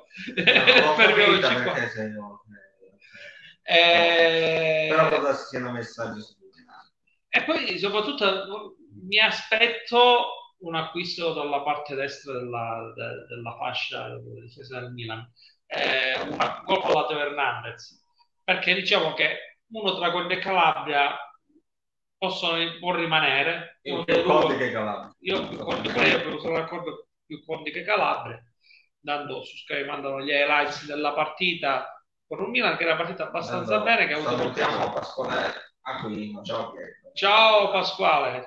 Però cosa siano messaggi subliminali. E poi soprattutto mi aspetto un acquisto dalla parte destra della fascia della difesa del Milan, un colpo da Teo Hernandez, perché diciamo che uno tra Conte e Calabria può rimanere. Io più Conte che Calabria. Io sono d'accordo più Conte che Calabria, dando su Sky mandano gli highlights della partita con un Milan che era partita abbastanza bene, che ha avuto salutiamo Pasquale Aquilino, ciao Pietro. Ciao Pasquale.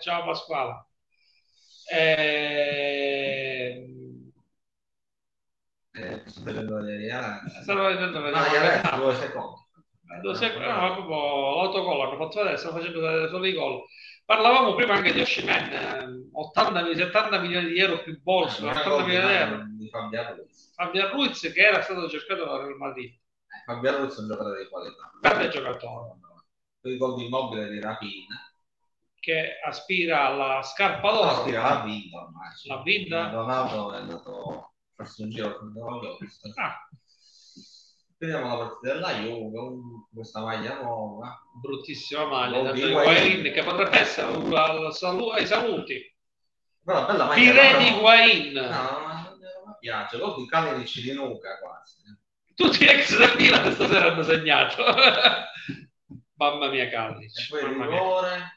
Sto vedendo stavo vedendo no, 2 secondi. Proprio l'autocollo hanno fatto vedere, stanno facendo vedere solo i gol. Parlavamo prima anche di Osimhen, 70 milioni di euro più bolso, 80 milioni di euro. Di Fabian Ruiz. Fabian Ruiz che era stato cercato da Real Madrid. Fabiano Ruiz è un giocatore di qualità. Grande giocatore. Il gol di Immobile di Rapina. Che aspira alla scarpa d'oro. Aspira l'ha vinta ormai. L'ha vinta? Ronaldo è andato a farsi un giro con l'olio. Vediamo la partita della Juve con questa maglia nuova. Bruttissima maglia Gol da di Higuain, che potrebbe essere ai saluti. Però bella maglia. Tire di Higuain. No, non mi piace. Gol di Kalinic di nuca quasi. Tutti ex del Milan stasera hanno segnato. Mamma mia, Kalinic. E poi il rigore.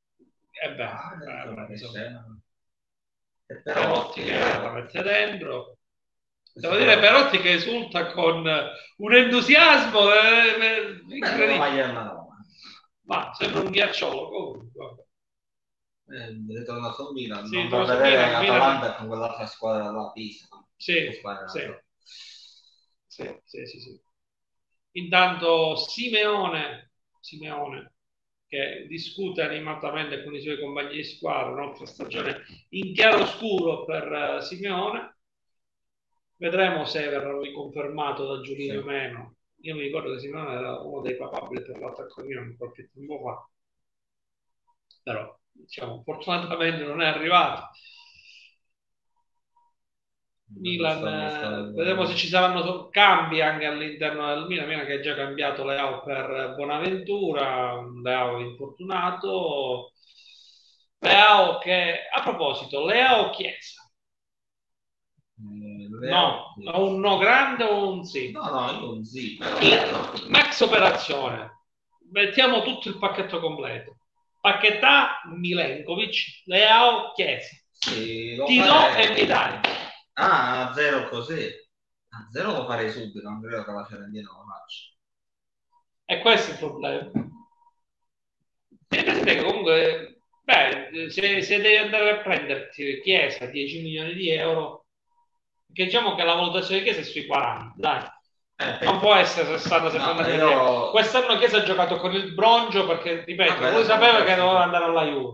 Perotti che la mette dentro. Devo dire Perotti che esulta con un entusiasmo incredibile. Ma sembra un ghiacciolo comunque. È tornato al Milan, sì, non va a vedere l'Atalanta con quell'altra squadra là, Pisa. Sì. Intanto Simeone che discute animatamente con i suoi compagni di squadra, un'altra stagione in chiaroscuro per Simeone. Vedremo se verrà riconfermato da Giulino o meno. Io mi ricordo che Simeone era uno dei papabili per l'attacco Milan qualche tempo fa, però diciamo fortunatamente non è arrivato. Milan, vedremo se ci saranno cambi anche all'interno del Milan che ha già cambiato Leao per Bonaventura, Leao infortunato, Leao che, a proposito, Leao Chiesa. No, un no grande o un sì? No, io un sì. Max operazione, mettiamo tutto il pacchetto completo. Pacchetà Milenkovic, Leao Chiesa. Sì, Tino e Vidal. A zero così. A zero lo farei subito, non credo che la Fiorentina lo faccia. E questo è il problema. Che comunque, se devi andare a prenderti Chiesa 10 milioni di euro, che diciamo che la valutazione di Chiesa è sui 40, dai. Non può essere 60-70 milioni. Io... Quest'anno Chiesa ha giocato con il broncio perché, ripeto, lui sapeva che doveva andare alla Juve.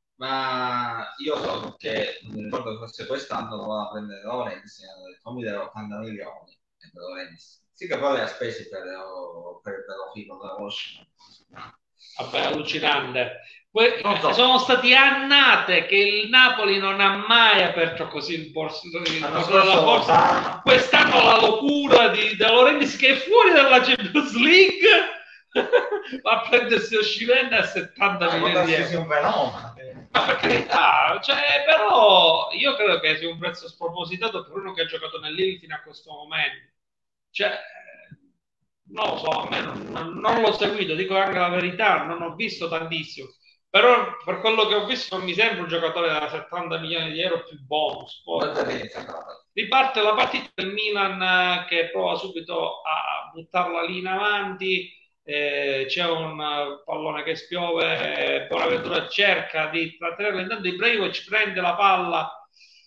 Ma io so che non mi ricordo forse quest'anno doveva prendere Lorenzi, hanno detto mi darò 80 milioni e Lorenzi. Sì che poi le ha spesi per il pedofilo della Washington. Vabbè, allucinante. Sono stati annate che il Napoli non ha mai aperto così il borso della borsa. Quest'anno la locura di De Laurentiis che è fuori dalla Champions League va a prendersi lo Scivenne a 70 milioni di euro. Un fenomeno. Ma per carità, cioè, però io credo che sia un prezzo spropositato per uno che ha giocato nell'Lille fino a questo momento. Cioè, non lo so, a me non l'ho seguito, dico anche la verità, non ho visto tantissimo. Però per quello che ho visto non mi sembra un giocatore da 70 milioni di euro più bonus. Poi riparte la partita del Milan che prova subito a buttarla lì in avanti. C'è un pallone che spiove, Bonaventura cerca di trattenerla, intanto Ibrahimovic prende la palla,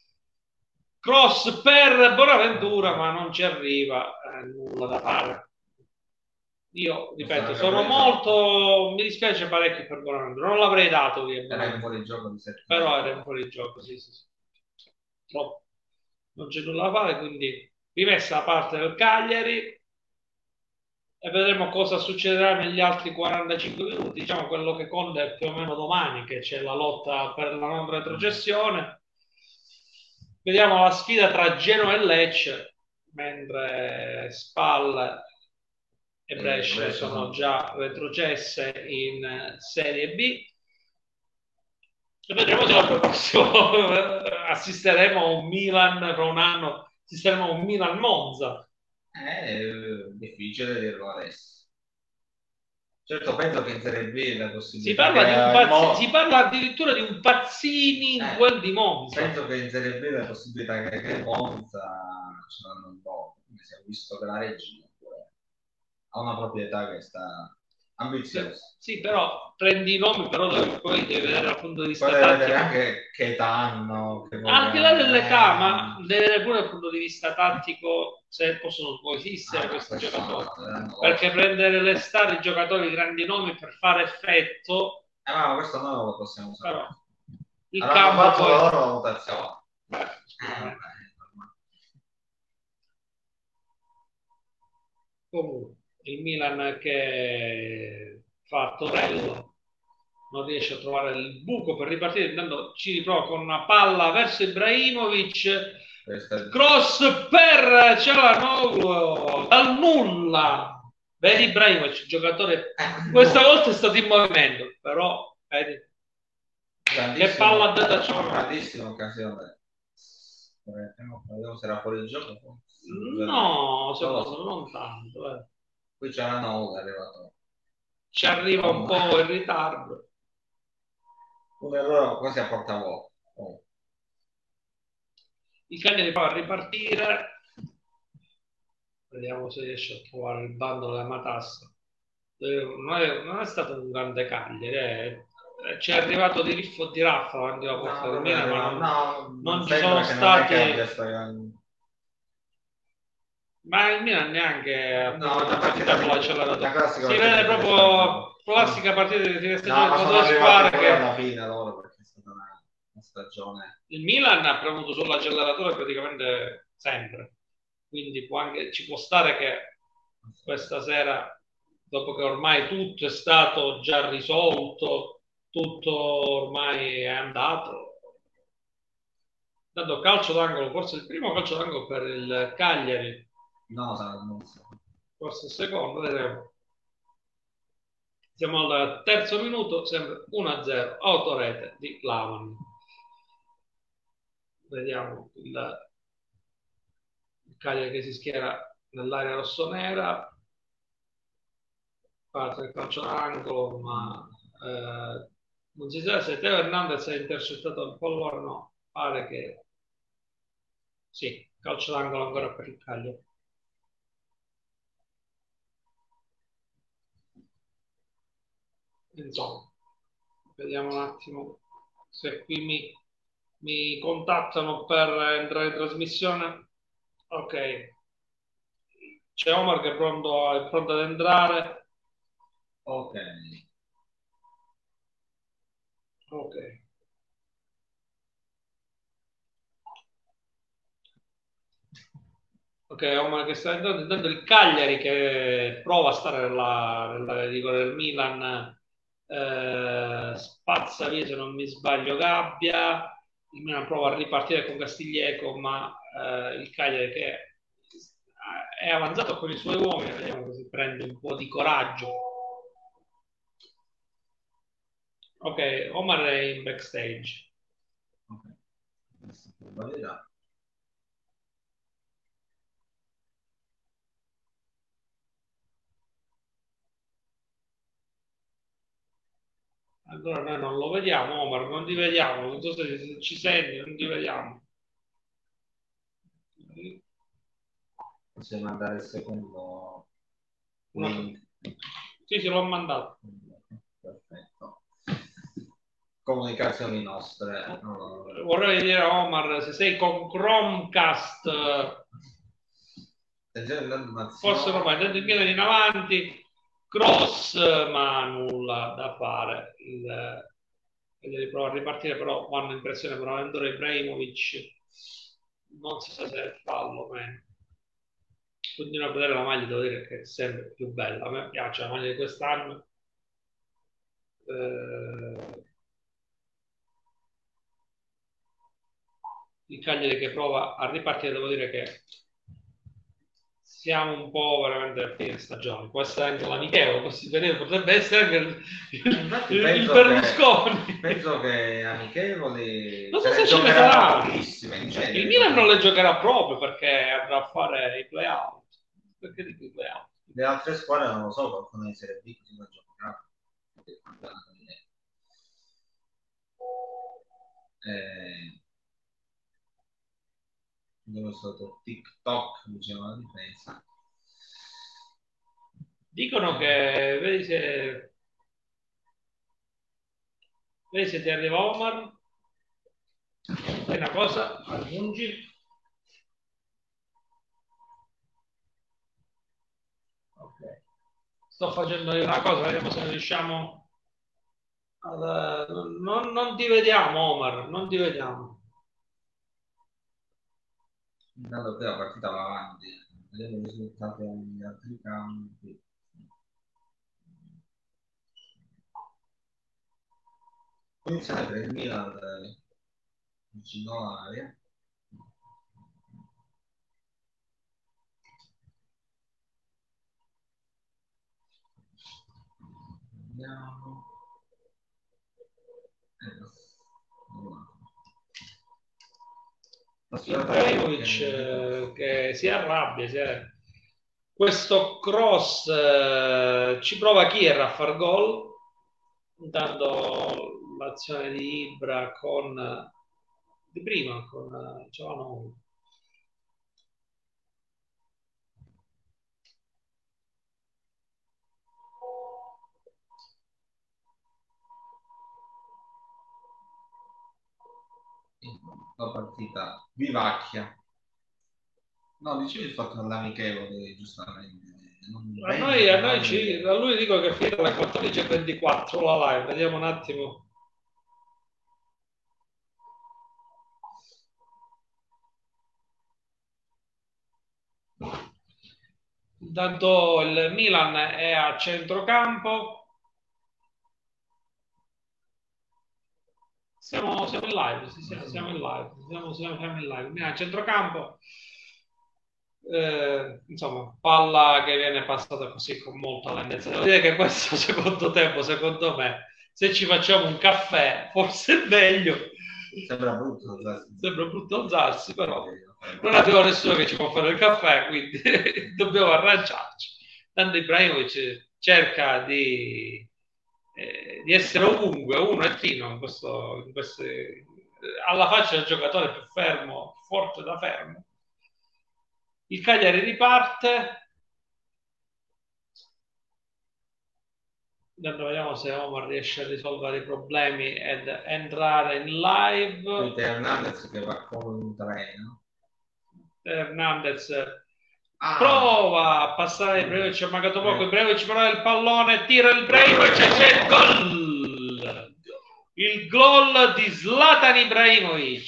cross per Bonaventura ma non ci arriva, nulla da fare. Io ripeto, sono molto, mi dispiace parecchio per Bonaventura, non l'avrei dato via, era un po' di gioco di però era un po' di gioco, sì. Troppo. Non c'è nulla da fare, quindi rimessa da parte del Cagliari e vedremo cosa succederà negli altri 45 minuti. Diciamo quello che conta è più o meno domani, che c'è la lotta per la non retrocessione. Vediamo la sfida tra Genoa e Lecce, mentre Spal e Brescia sono già retrocesse in Serie B. E vedremo se l'anno prossimo assisteremo a un Milan, tra un anno assisteremo a un Milan-Monza. È difficile dirlo adesso. Certo, penso che in Serie B la possibilità si parla addirittura di un Pazzini in quel di Monza. Penso che in Serie B la possibilità che Monza ce l'hanno un po', si è visto che la Regina ha una proprietà che sta ambiziosa. Sì, però prendi i nomi, però poi devi vedere dal punto di vista poi tattico. Vedere anche che età hanno. Al di là dell'età, ma deve vedere pure dal punto di vista tattico se possono esistere questi giocatori. Perché prendere le star, i giocatori, i grandi nomi per fare effetto. Ma questo noi non lo possiamo usare. Però il allora, campo fatto poi... la loro valutazione. Comunque. il Milan che fa Torello, non riesce a trovare il buco per ripartire, intanto ci riprova con una palla verso Ibrahimovic, cross per Cialanoglu dal nulla. Vedi Ibrahimovic, giocatore, questa volta è stato in movimento, però vedi che palla ha dato a Cialanoglu. Grandissima occasione. Vediamo se era fuori il gioco. No, secondo non tanto. Qui c'è una nuova, è arrivato. Ci arriva un po' in ritardo. Un errore quasi a portavoce. Il Cagliari prova a ripartire. Vediamo se riesce a trovare il bandolo della matassa. Non è stato un grande Cagliari. Ci è arrivato di riffo di raffa davanti alla porta del Milan, ma non ci sono stati. Ma il Milan neanche ha partita con l'acceleratore. Si vede proprio classica partita di fine stagione con due squadre che alla fine loro perché è stata una stagione. Il Milan ha premuto sull'acceleratore praticamente sempre, quindi ci può stare che questa sera, dopo che ormai tutto è stato già risolto, tutto ormai è andato, dato calcio d'angolo, forse il primo calcio d'angolo per il Cagliari. No, non so. Forse il secondo, vedremo. Siamo al terzo minuto, sempre 1-0, autorete di Lavan. Vediamo il Cagliari che si schiera nell'area rossonera, parte il calcio d'angolo, ma non si sa se Teo Hernandez ha intercettato il pallone, no, pare che sì, calcio d'angolo ancora per il Cagliari. Insomma, vediamo un attimo se qui mi contattano per entrare in trasmissione. Ok, c'è Omar che è pronto ad entrare. Ok. Ok, Omar che sta entrando, intanto il Cagliari che prova a stare nella rigore del Milan, spazza via se non mi sbaglio Gabbia, il Milan prova a ripartire con Castiglieco, ma il Cagliari che è avanzato con i suoi uomini, vediamo se prende un po' di coraggio. Ok, Omar è in backstage. Ok. Allora noi non lo vediamo, Omar, non ti vediamo, non so se ci senti, non ti vediamo. Possiamo mandare il secondo link. Sì, l'ho mandato. Perfetto. Comunicazioni nostre. Vorrei dire a Omar, se sei con Chromecast, forse ormai tanto il Milan in avanti, cross, ma nulla da fare. Devi provare a ripartire, però fanno impressione per avendo Ibrahimovic, non si sa se è fallo o meno. Continuo a vedere la maglia, devo dire che è sempre più bella. A me piace la maglia di quest'anno. Il Cagliari che prova a ripartire, devo dire che siamo un po' veramente a fine stagione. Può essere anche l'amichevole, potrebbe essere anche il Berlusconi. Penso che amichevoli non so se ce ne sarà. Il Milan non le giocherà giocherà proprio perché andrà a fare i play-out. Perché dico i play-out? Le altre squadre non lo so, qualcuno di Serie B così la giocherà. Dove è stato TikTok, diciamo la difesa. Dicono che vedi se ti arriva Omar, fai una cosa, aggiungi. Ok. Sto facendo una cosa, vediamo se riusciamo. Non ti vediamo, Omar, non ti vediamo. Intanto che la partita va avanti, vediamo i risultati agli altri campi. punizione per il Milan vicino all'area. Andiamo. Ibrahimovic che si arrabbia, questo cross ci prova Kier a far gol, dando l'azione di Ibra con di prima con Cialanoglu. La partita vivacchia. No, dicevi il fatto dell'amichevole, giustamente. A lui dico che è finita alle 14:24 la live, vediamo un attimo. Intanto il Milan è a centrocampo. Siamo in live, siamo in live, siamo in live. Milan a centrocampo. Insomma, palla che viene passata così con molta lentezza. Devo dire che questo secondo tempo, secondo me, se ci facciamo un caffè, forse è meglio. Sembra brutto alzarsi, però non abbiamo nessuno che ci può fare il caffè, quindi dobbiamo arrangiarci. Tanto Ibrahimovic cerca di essere ovunque, uno è Tino alla faccia del giocatore più fermo, forte da fermo. Il Cagliari riparte. Adesso vediamo se Omar riesce a risolvere i problemi ed entrare in live. Quindi Hernandez che va con un treno. Hernandez prova a passare Ibrahimovic, ci è mancato poco. Ibrahimovic prova il pallone, tira il Ibrahimovic e c'è il gol. Il gol di Zlatan Ibrahimovic.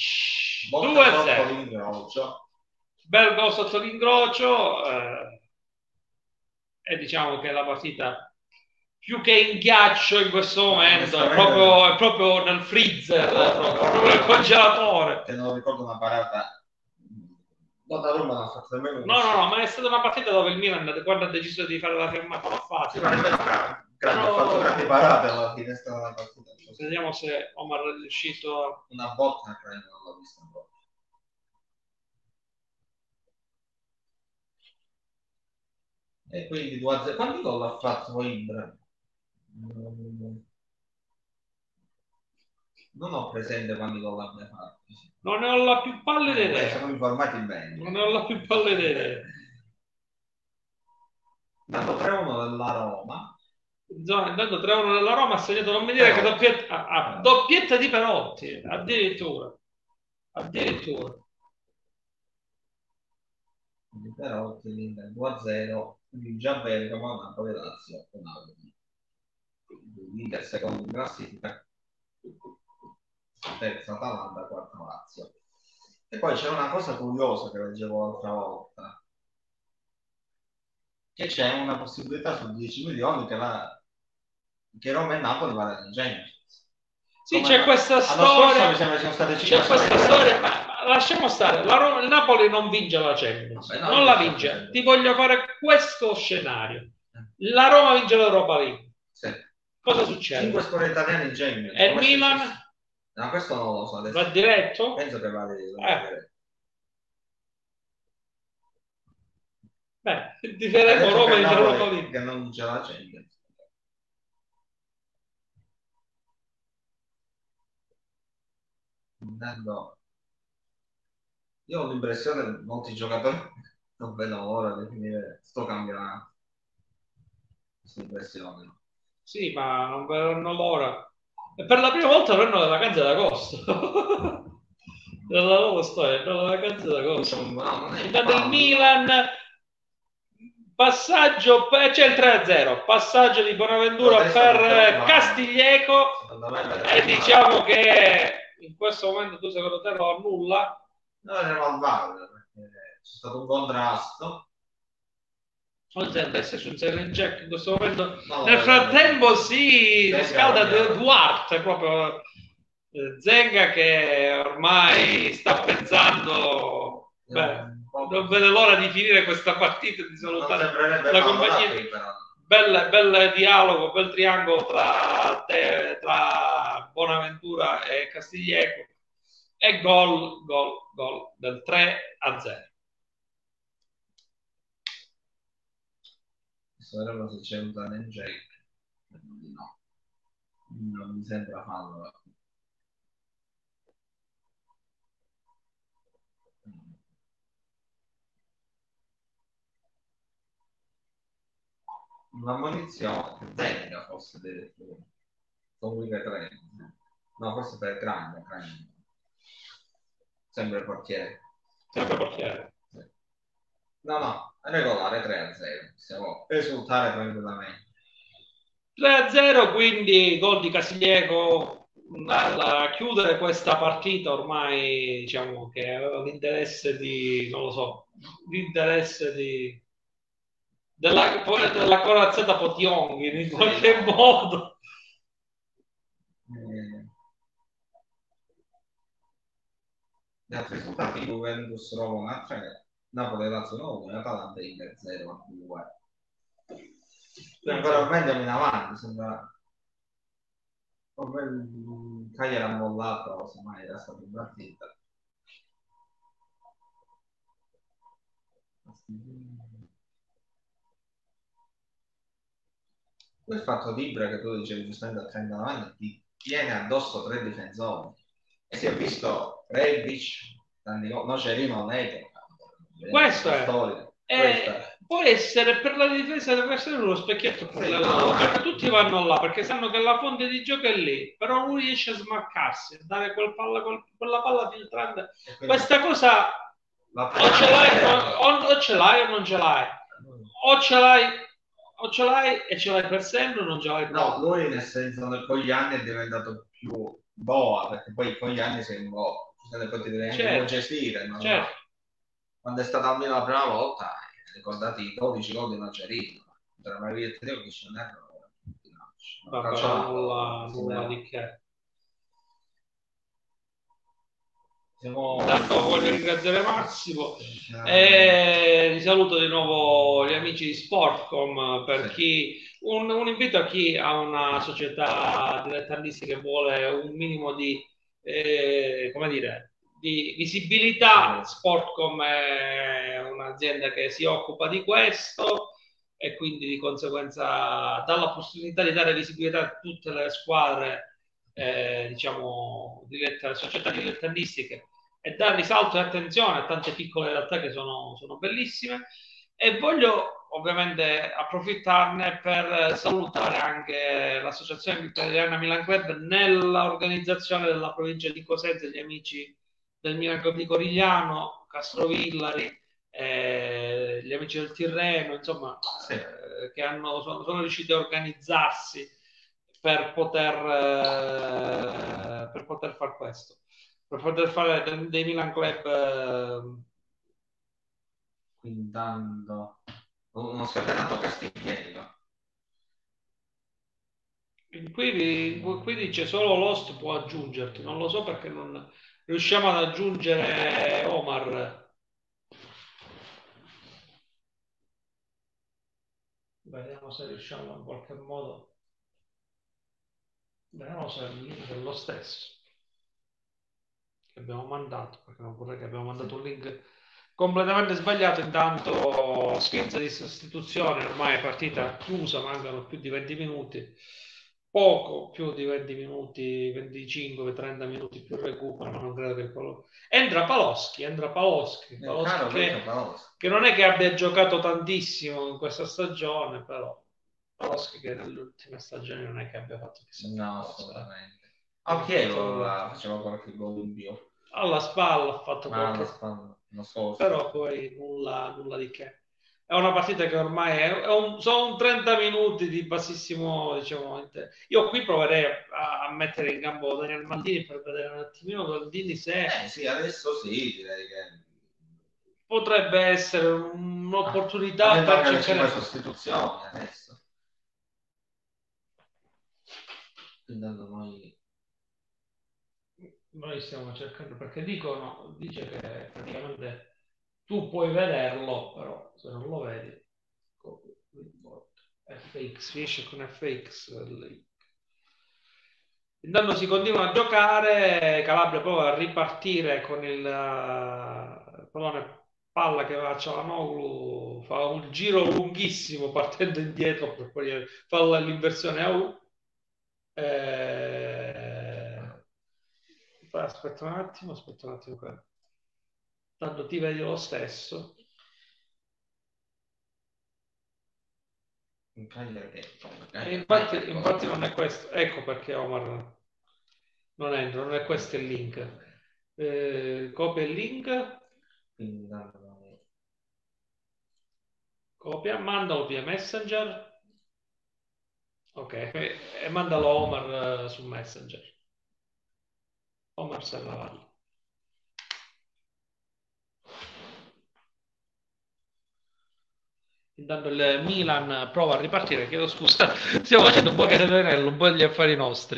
2-0. Bel gol sotto l'ingrocio. E diciamo che la partita più che in ghiaccio in questo momento è proprio nel freezer, proprio nel congelatore. E non ricordo una parata. No, da Roma non ha fatto nemmeno. No, ma è stata una partita dove il Milan, quando ha deciso di fare la fermata, l'ha fatta. Ha fatto grandi parate alla fine della partita. Vediamo se Omar è riuscito a... Una botta, credo, non l'ho vista un po'. E quindi 2-0. Quanti gol ha fatto Ibra? Non ho presente quanti gol abbia fatto. Non ne ho la più pallida idea. Siamo informati bene. Non ne ho la più pallida idea. Intanto 3-1 della Roma. Intanto 3-1 della Roma ha segnato, non mi dire che doppietta di Perotti, addirittura. Quindi Perotti, l'Inter 2-0, quindi già Bergamo, Napoli, Lazio, l'Inter secondo in classifica, terza Atalanta, quarta Lazio. E poi c'è una cosa curiosa che leggevo l'altra volta, che c'è una possibilità su 10 milioni che Roma e Napoli vadano in Champions. Sì, c'è questa storia. Mi sembra siano state c'è questa storia, ma lasciamo stare. Il Napoli non vince la Champions, non la vince. Ti voglio fare questo scenario. La Roma vince l'Europa League. Sì. Cosa succede? 5 squadre italiane in Champions. E il Milan? No, questo non lo so adesso. Va diretto? Penso che va diretto. Diremo Roma in Europa League. Che non vince la Champions. Io ho l'impressione che molti giocatori non vedono l'ora di finire sto campionato. Questa impressione. Sì, ma non vedranno l'ora. E per la prima volta avranno le vacanze d'agosto. Della loro storia, per le vacanze d'agosto. Intanto il Milan, passaggio, c'è il 3-0, passaggio di Bonaventura per Castiglieco. E diciamo che in questo momento tu secondo te lo annulla? No, era al VAR, perché c'è stato un contrasto. Potrebbe esserci un silent check in questo momento. Nel frattempo si riscalda Duarte proprio Zenga che ormai sta pensando, beh, non vede l'ora di finire questa partita e di non salutare sembrerebbe la fallo da compagnia. qui, però. Bel dialogo, bel triangolo tra Bonaventura e Castiglieco e gol del 3-0. Vedremo se c'è un talent Jake. No, non mi sembra fallo. Una munizione, Zenga forse deve sono lui che tre. No, forse per Cragno. Sempre il portiere. Sempre portiere. Sì. No, è regolare 3-0. Possiamo esultare tranquillamente. 3-0, quindi gol di Casiglieco a chiudere questa partita ormai diciamo che aveva l'interesse di, non lo so, l'interesse della corazzata Potionchi in qualche modo. Gli altri risultati Juventus Roma 3, Napoli Lazio 1, Atalanta Inter 0-2. Ancora ormai andiamo in avanti, sembra ormai il Cagliari ha mollato, semmai era stata in partita. Quel fatto di Ibra che tu dicevi giustamente a 39 anni ti tiene addosso tre difensori e si è visto Rebic, Nocerino Neto, Questo è. Può essere per la difesa deve essere uno specchietto per perché tutti vanno là perché sanno che la fonte di gioco è lì, però lui riesce a smarcarsi, a dare quella palla filtrante. Questa cosa o ce l'hai o non ce l'hai, o ce l'hai e ce l'hai per sempre o non ce l'hai proprio. No, lui nel senso che con gli anni è diventato più boa, perché poi con gli anni sei un boa, poi ti devi anche gestire, no? Certo. Quando è stata almeno la prima volta, ricordati i 12 gol di Nocerino, tra Maria e Tedeo che ce n'erano nulla di che. Tanto voglio ringraziare Massimo e vi saluto di nuovo gli amici di Sportcom per chi un invito a chi ha una società dilettantistica che vuole un minimo di come dire di visibilità. Sportcom è un'azienda che si occupa di questo e quindi di conseguenza dà la possibilità di dare visibilità a tutte le squadre diciamo società dilettantistiche e dà risalto e attenzione a tante piccole realtà che sono bellissime e voglio ovviamente approfittarne per salutare anche l'associazione italiana Milan Club nell'organizzazione della provincia di Cosenza, gli amici del Milan Club di Corigliano, Castrovillari, gli amici del Tirreno, insomma, che sono riusciti a organizzarsi per poter fare questo, per poter fare dei Milan Club. Quindi intanto uno scatenato Castigliero. Qui dice solo Lost può aggiungerti, non lo so perché non riusciamo ad aggiungere Omar. Vediamo se riusciamo in qualche modo. Vediamo se il link è lo stesso che abbiamo mandato, perché non vorrei che abbiamo mandato un link completamente sbagliato. Intanto scherzo di sostituzione, ormai è partita chiusa, mancano più di 20 minuti, poco più di 20 minuti, 25-30 minuti più recupero, ma non credo che entra Paloschi che non è che abbia giocato tantissimo in questa stagione, però Paloschi che nelle ultime stagioni non è che abbia fatto chissà assolutamente. A Chievo faceva qualche gol in più. Alla spalla ha fatto qualche spalla, non so, però poi nulla di che. È una partita che ormai sono 30 minuti di bassissimo, diciamo. Io qui proverei a mettere in campo Daniel Maldini per vedere un attimino Maldini se sì, adesso sì, direi che potrebbe essere un'opportunità per cercare sostituzioni adesso. Intanto noi Noi stiamo cercando perché dice che praticamente tu puoi vederlo, però se non lo vedi, copia, clipboard, FX, finisce con FX. Intanto si continua a giocare, Calabria prova a ripartire con il pallone palla che aveva Cialanoglu, fa un giro lunghissimo partendo indietro per poi fare l'inversione a U. Aspetta un attimo. Tanto ti vedi lo stesso. Infatti non è questo. Ecco perché Omar non entra, non è questo il link. Copia il link, copia, mandalo via Messenger. Ok, e mandalo a Omar su Messenger. Omar Serravalle. Intanto il Milan prova a ripartire, chiedo scusa, stiamo facendo un po' catenello, un po' gli affari nostri.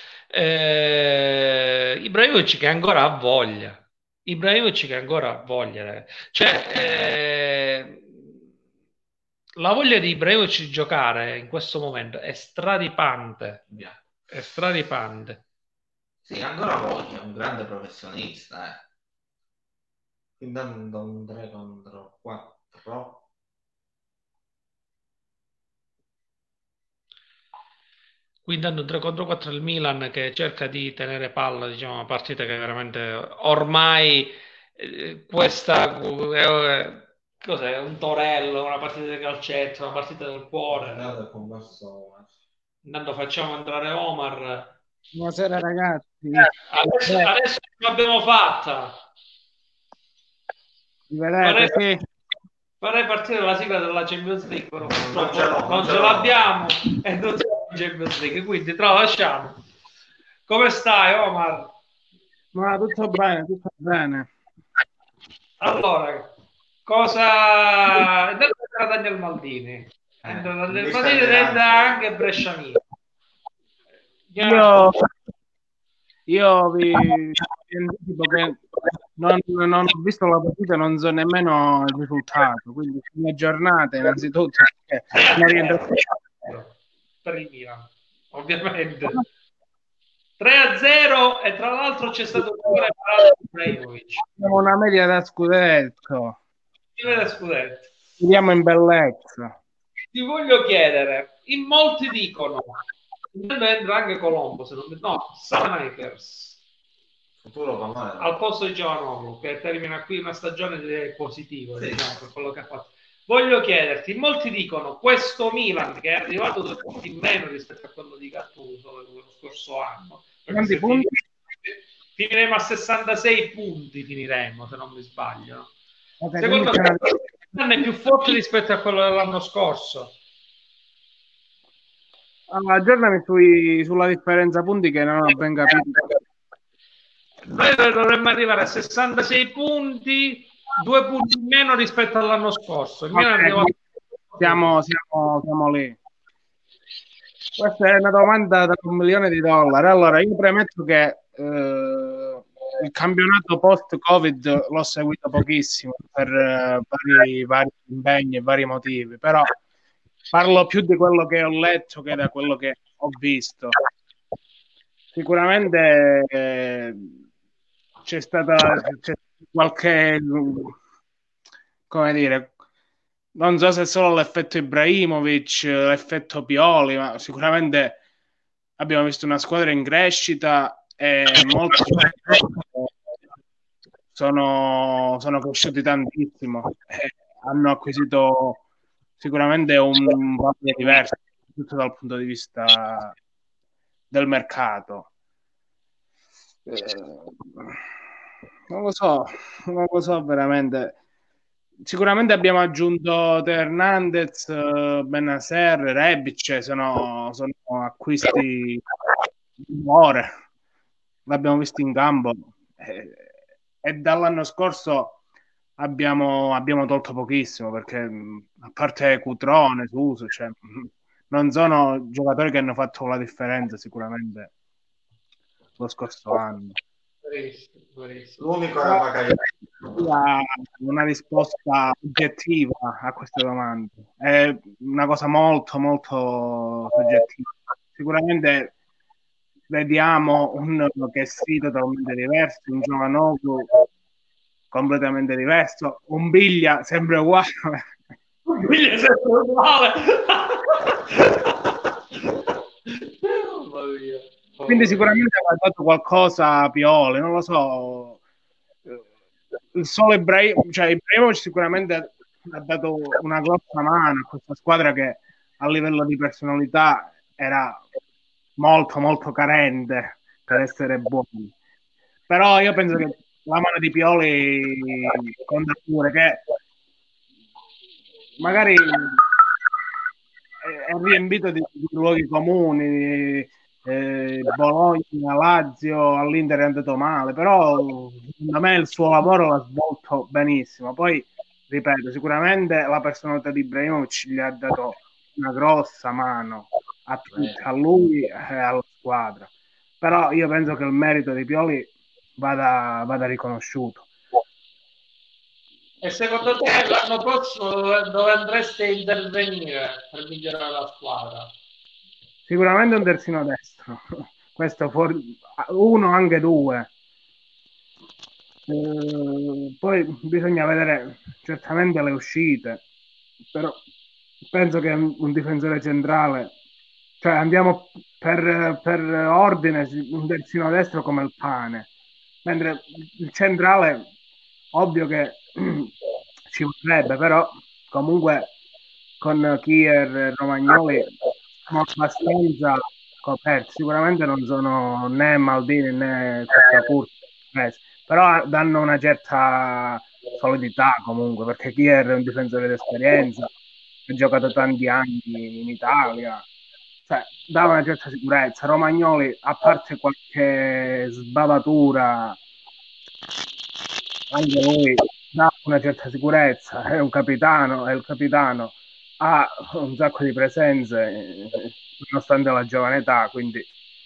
Ibrahimovic che ancora ha voglia. Ibrahimovic che ancora ha voglia. Cioè, la voglia di Ibrahimovic di giocare in questo momento è straripante. È straripante. Sì, ancora voglia, è un grande professionista, eh. Quindi andando un 3 contro 4. Quindi hanno 3 contro 4 il Milan che cerca di tenere palla, diciamo, una partita che veramente ormai questa cos'è? Un torello, una partita di calcetto, una partita del cuore. Intanto facciamo entrare Omar. Buonasera ragazzi. Adesso ce l'abbiamo fatta. Mi vedete? Sì. Farei partire la sigla della Champions League, però purtroppo non ce l'abbiamo e non siamo in Champions League, quindi tralasciamo. Come stai, Omar? Ma tutto bene, tutto bene. Allora, cosa... Era Daniel Maldini. Daniel Maldini diventa anche Brescianino. Io vi anticipo che non ho visto la partita, non so nemmeno il risultato, quindi una giornata innanzitutto non rientro per il Milan, ovviamente. 3-0 e tra l'altro c'è stato un gol di Ibrahimovic. Abbiamo una media da scudetto. Scudetto. Vediamo in bellezza. Ti voglio chiedere, in molti dicono, entra anche Colombo, se non no, Samaikers al posto di Giovanoglu, che termina qui una stagione positiva, sì, diciamo, per quello che ha fatto. Voglio chiederti, molti dicono questo Milan che è arrivato 2 punti in meno rispetto a quello di Gattuso lo scorso anno, quanti punti? Finiremo a 66 punti, finiremo se non mi sbaglio. Okay, secondo me è più forte rispetto a quello dell'anno scorso. Allora, aggiornami sulla differenza punti che non ho ben capito. Noi dovremmo arrivare a 66 punti, 2 punti in meno rispetto all'anno scorso. Siamo lì. Questa è una domanda da $1 milione. Allora, io premetto che il campionato post-Covid l'ho seguito pochissimo per vari impegni e vari motivi, però parlo più di quello che ho letto che da quello che ho visto. Sicuramente c'è qualche, come dire, non so se è solo l'effetto Ibrahimovic, l'effetto Pioli, ma sicuramente abbiamo visto una squadra in crescita e molti sono cresciuti tantissimo, hanno acquisito sicuramente un valore diverso tutto dal punto di vista del mercato. Non lo so veramente. Sicuramente abbiamo aggiunto Hernandez, Bennacer, Rebic, sono acquisti di cuore. L'abbiamo visto in campo e dall'anno scorso abbiamo tolto pochissimo perché a parte Cutrone, Suso, cioè, non sono giocatori che hanno fatto la differenza sicuramente lo scorso anno. L'unico era Baccaglio. Una risposta oggettiva a queste domande. È una cosa molto, molto soggettiva. Sicuramente vediamo un che è totalmente diverso, un Giovanoglu completamente diverso, un Biglia sempre uguale. Un Biglia sempre uguale. Quindi sicuramente ha dato qualcosa a Pioli, non lo so. Il solo Ibrahimovic sicuramente ha dato una grossa mano a questa squadra che a livello di personalità era molto molto carente per essere buoni. Però io penso che la mano di Pioli conta pure, che magari è riempito di luoghi comuni, Bologna, Lazio, all'Inter è andato male, però secondo me il suo lavoro l'ha svolto benissimo. Poi, ripeto, sicuramente la personalità di Ibrahimovic gli ha dato una grossa mano a lui e alla squadra. Però io penso che il merito di Pioli vada riconosciuto. E secondo te l'anno prossimo dove andreste a intervenire per migliorare la squadra? Sicuramente un terzino destro, questo uno, anche due. Poi bisogna vedere certamente le uscite, però penso che un difensore centrale, cioè andiamo per ordine, un terzino destro come il pane, mentre il centrale, ovvio che ci vorrebbe, però comunque con Kier e Romagnoli siamo abbastanza coperti. Sicuramente non sono né Maldini né Costa Curta, però danno una certa solidità comunque, perché Kier è un difensore d'esperienza, ha giocato tanti anni in Italia, cioè dà una certa sicurezza. Romagnoli, a parte qualche sbavatura, anche lui dà una certa sicurezza, è un capitano, e il capitano ha un sacco di presenze nonostante la giovane età, quindi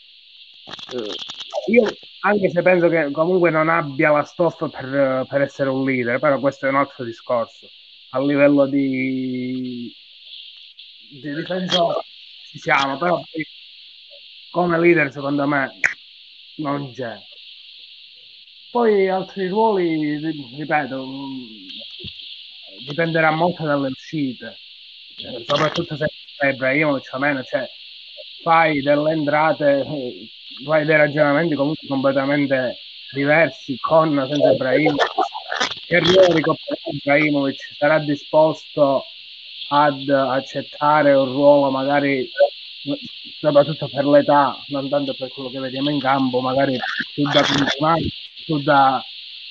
io anche se penso che comunque non abbia la stoffa per essere un leader, però questo è un altro discorso. A livello di difensore ci siamo, però come leader secondo me non c'è. Poi altri ruoli, ripeto, dipenderà molto dalle uscite, soprattutto se Ibrahimovic o meno, cioè fai delle entrate, fai dei ragionamenti comunque completamente diversi con senza Ibrahimovic. Che ruolo ricoprirà Ibrahimovic? Sarà disposto ad accettare un ruolo magari soprattutto per l'età, non tanto per quello che vediamo in campo, magari più da principale, più da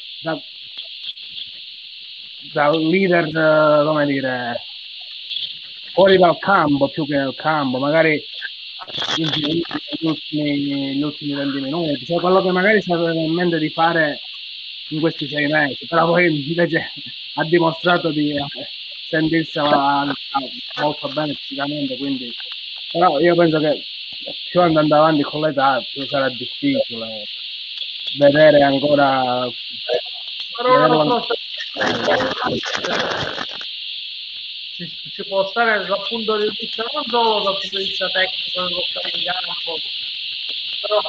leader, come dire, fuori dal campo più che nel campo, magari gli ultimi 20 minuti, cioè quello che magari si aveva in mente di fare in questi 6 mesi, però poi invece ha dimostrato di sentirsela molto bene fisicamente, quindi però io penso che più andando avanti con l'età più sarà difficile vedere ancora ci può stare dal punto di vista non solo dal punto di vista tecnico dello stato di campo, però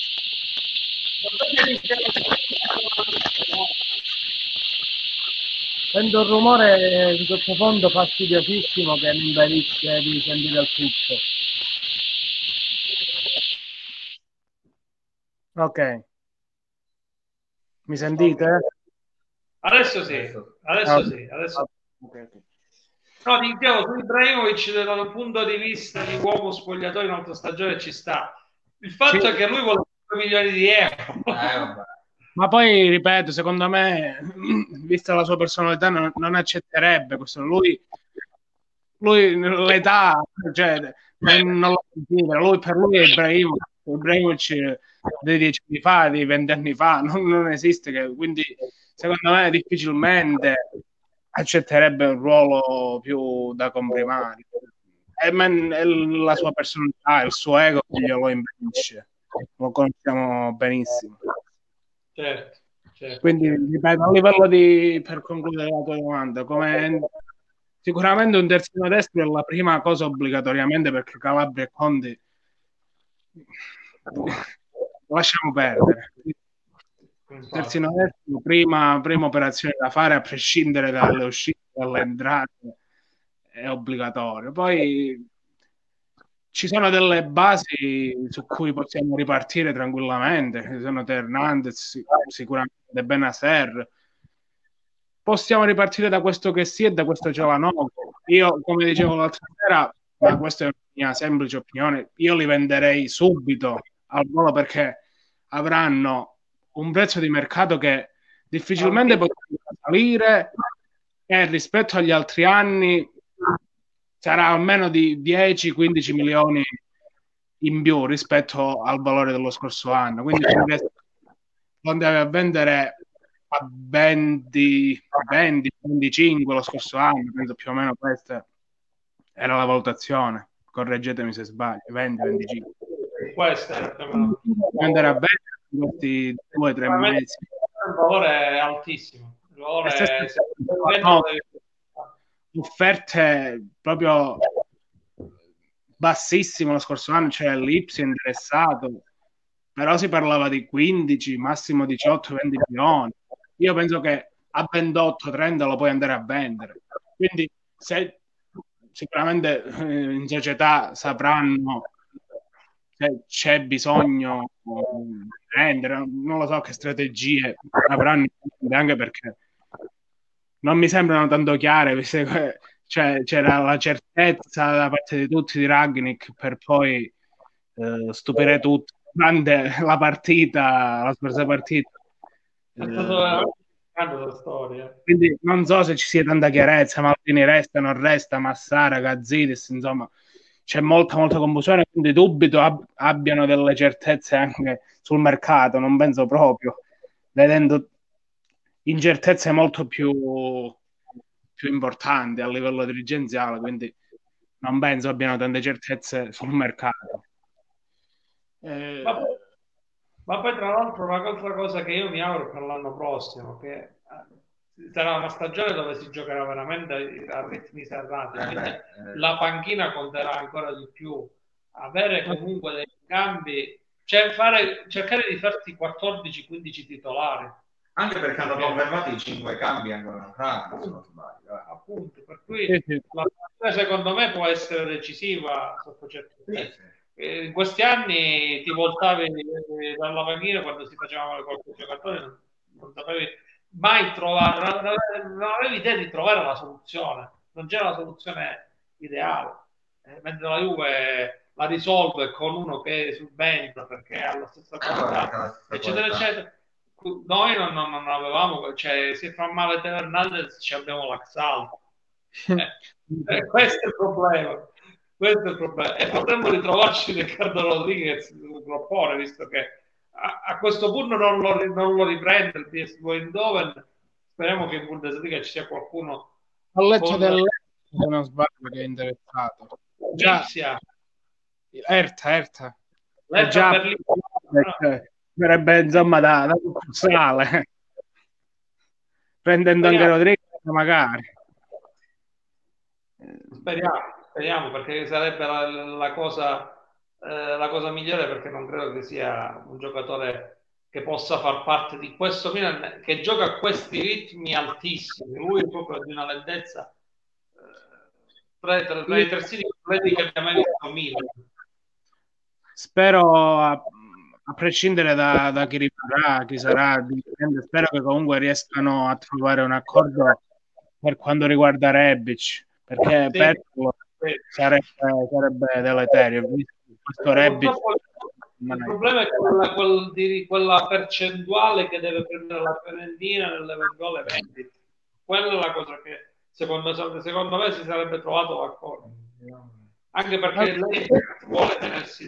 sento un rumore di sottofondo fastidiosissimo che mi impedisce di sentire il tutto. Ok, mi sentite? Adesso sì, adesso sì, adesso. Okay. No, dicevo, su Ibrahimovic dal punto di vista di uomo spogliatoio in altra stagione ci sta. Il fatto è che lui vuole 5 milioni di euro. Ma poi, ripeto, secondo me, vista la sua personalità, non accetterebbe questo. Lui l'età, cioè, non lo considera. Per lui è Ibrahimovic dei 10 anni fa, di 20 anni fa, non esiste. Quindi, secondo me, difficilmente accetterebbe un ruolo più da comprimario. È la sua personalità, il suo ego che glielo impedisce. Lo conosciamo benissimo. certo, certo, Quindi, certo. ripeto, a livello di, per concludere la tua domanda, sicuramente un terzino destro è la prima cosa obbligatoriamente, perché Calabria e Conti lasciamo perdere. Infatti. Terzino destro, prima operazione da fare, a prescindere dalle uscite, dalle entrate, è obbligatorio. Poi ci sono delle basi su cui possiamo ripartire tranquillamente. Ci sono Teo Hernandez, sicuramente Bennacer. Possiamo ripartire da questo che sì e da questo Cialanoglu. Io, come dicevo l'altra sera, ma questa è una mia semplice opinione, io li venderei subito al volo, perché avranno un prezzo di mercato che difficilmente potranno salire, e rispetto agli altri anni sarà almeno di 10-15 milioni in più rispetto al valore dello scorso anno. Quindi finireste lo andavi a vendere a 20, 20, 25 lo scorso anno, penso più o meno questa era la valutazione. Correggetemi se sbaglio, 20, 25. Questo è Andare a vendere in questi 2-3 mesi. il valore è altissimo. Il E se valore, se no, offerte proprio bassissimo lo scorso anno, c'era l'Ipsia interessato, però si parlava di 15, massimo 18-20 milioni. Io penso che a 28-30 lo puoi andare a vendere. Quindi sicuramente in società sapranno se c'è bisogno di vendere, non lo so che strategie avranno, anche perché non mi sembrano tanto chiare, visto che c'era la certezza da parte di tutti di Rangnick per poi stupire tutti durante la scorsa partita. è stato veramente grande la storia. Quindi non so se ci sia tanta chiarezza, Maldini resta, non resta, Massara, Gazzidis, insomma c'è molta confusione, quindi dubito abbiano delle certezze anche sul mercato, non penso proprio, vedendo incertezze molto più importanti a livello dirigenziale, quindi non penso abbiano tante certezze sul mercato. Ma poi tra l'altro un'altra cosa che io mi auguro per l'anno prossimo, che sarà una stagione dove si giocherà veramente a ritmi serrati, quindi la panchina conterà ancora di più, avere comunque dei cambi, cioè cercare di farti 14-15 titolari. Anche perché hanno confermato i 5 cambi ancora atrás, se non sbaglio. Appunto, per cui la partita secondo me può essere decisiva sotto certi aspetti. In questi anni ti voltavi dalla panchina quando si faceva male qualche giocatore, non sapevi mai trovare, non avevi idea di trovare la soluzione, non c'era la soluzione ideale. Mentre la Juve la risolve con uno che subentra perché ha la stessa qualità, eccetera, eccetera. Noi non avevamo, cioè se fa male Teo Hernandez ci abbiamo l'Axal. Questo è il problema. Questo è il problema. E potremmo ritrovarci Riccardo Rodriguez sul groppone, visto che a questo punto non lo riprende il PSV Eindhoven. Speriamo che in Bundesliga ci sia qualcuno. Ho letto se non sbaglio, che è interessato. Già. Erta. Già sarebbe insomma da sale, prendendo anche Rodriguez magari. Speriamo, perché sarebbe la cosa migliore, perché non credo che sia un giocatore che possa far parte di questo Milan, che gioca a questi ritmi altissimi. Lui è proprio di una lentezza tra i terzini che abbiamo mai visto a Milan. Spero, a prescindere da chi rimarrà, chi sarà, spero che comunque riescano a trovare un accordo per quanto riguarda Rebic, perché perderlo sarebbe deleterio. Questo Rebic, il problema è quella percentuale che deve prendere la Fiorentina nell'eventuale vendita. Quella è la cosa che secondo me si sarebbe trovato d'accordo. Anche perché lei vuole tenersi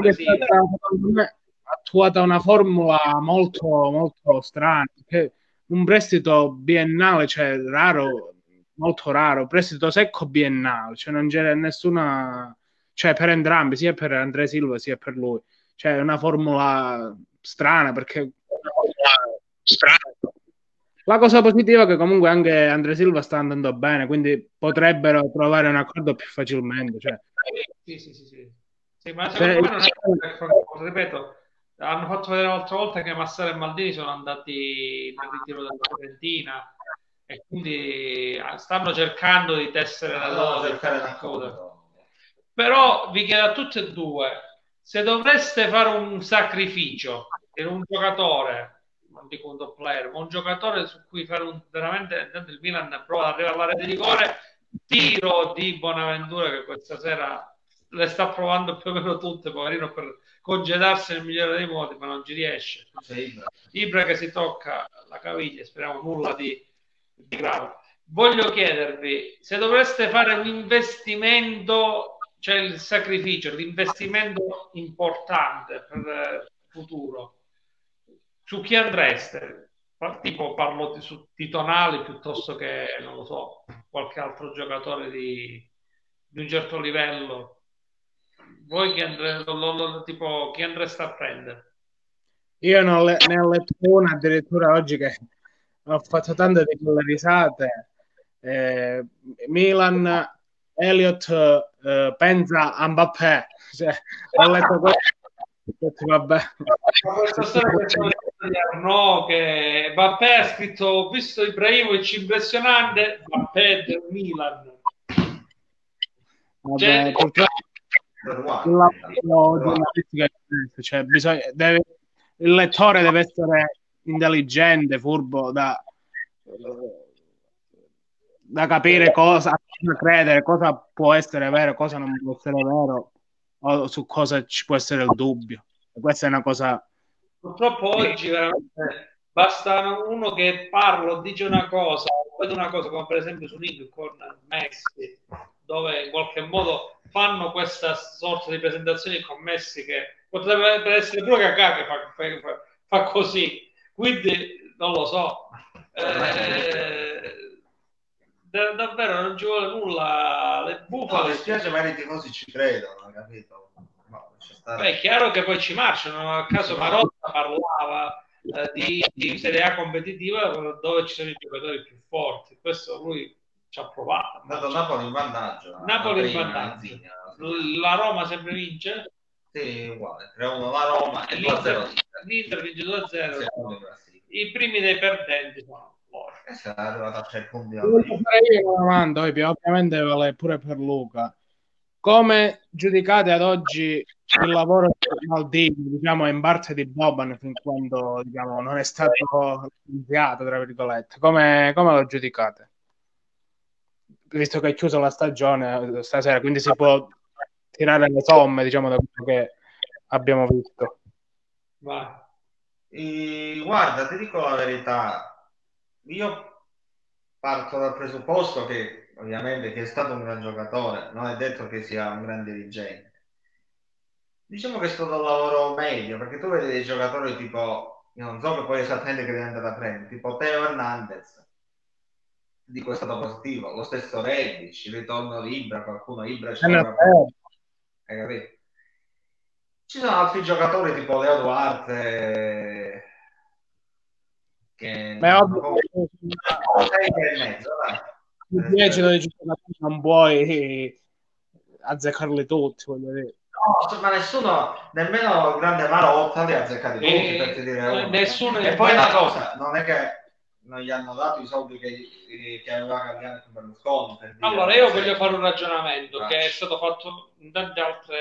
attuata una formula molto strana, che un prestito biennale, cioè raro, molto raro, prestito secco biennale, cioè non c'era nessuna, cioè per entrambi, sia per Andrea Silva sia per lui, cioè una formula strana, perché La cosa positiva è che comunque anche Andre Silva sta andando bene, quindi potrebbero trovare un accordo più facilmente. Cioè, sì, ma secondo me non è ripeto, hanno fatto vedere l'altra volta che Massaro e Maldini sono andati nel ritiro della Fiorentina e quindi stanno cercando di tessere la loro però vi chiedo a tutti e due se dovreste fare un sacrificio per un giocatore, non dico un top player, ma un giocatore su cui fare veramente il Milan prova ad arrivare alla rete di rigore, tiro di Bonaventura che questa sera le sta provando più o meno tutte, poverino, per congedarsi nel migliore dei modi, ma non ci riesce. Ibra che si tocca la caviglia, speriamo nulla di grave. Voglio chiedervi se dovreste fare un investimento, cioè il sacrificio, l'investimento importante per il futuro, su chi andreste? Tipo parlo di Tonali piuttosto che, non lo so, qualche altro giocatore di un certo livello. Voi chi tipo, chi andreste a prendere? io ne ho letto una addirittura oggi che ho fatto tante di quelle risate. Milan, Elliott pensa a Mbappé. Cioè, ho letto questo, vabbè. Questa storia di Arnaud che Mbappé ha scritto ho visto Ibrahimovic impressionante, Mbappé del Milan. Vabbè, purtroppo cioè, il lettore deve essere intelligente, furbo da capire cosa credere, cosa può essere vero, cosa non può essere vero, o su cosa ci può essere il dubbio. Questa è una cosa. Purtroppo oggi veramente basta uno che parla o dice una cosa, vede una cosa come per esempio su Link con Messi, dove in qualche modo fanno questa sorta di presentazioni con Messi che potrebbe essere pure Kakà che fa così. Quindi non lo so. Davvero non ci vuole nulla. Le bufale. No, mi spiace, ma i tifosi ci credono, capito? Beh, è chiaro che poi ci marciano. A caso Marotta parlava di Serie A competitiva dove ci sono i giocatori più forti. Questo lui ci ha provato. Dato Napoli in vantaggio. Napoli in vantaggio. La Roma sempre vince? Sì, uguale. 3-1 la Roma e 2-0 l'Inter vince 2-0. I primi dei perdenti sono loro. È arrivata a 3 punti. Ovviamente vale pure per Luca. Come giudicate ad oggi il lavoro di Maldini, diciamo, in parte di Boban fin quando, diciamo, non è stato licenziato, tra virgolette? Come lo giudicate? Visto che è chiusa la stagione stasera, quindi si può tirare le somme, diciamo, da quello che abbiamo visto. Guarda, ti dico la verità, io parto dal presupposto che ovviamente chi è stato un gran giocatore non è detto che sia un gran dirigente. Diciamo che è stato un lavoro meglio, perché tu vedi dei giocatori tipo, io non so che poi esattamente che devi andare a prendere, tipo Teo Hernandez, dico è stato positivo, lo stesso Rebic, il ritorno di Ibra, qualcuno Ibra ci hai capito? Ci sono altri giocatori tipo Leo Duarte che il 10 non puoi azzeccarli tutti, voglio dire. No, ma nessuno, nemmeno il grande Marotta li ha azzeccati tutti, per dire nessuno. E poi una cosa, non è che non gli hanno dato i soldi che aveva Galliani con Berlusconi. Allora, io voglio fare un ragionamento che è stato fatto in tante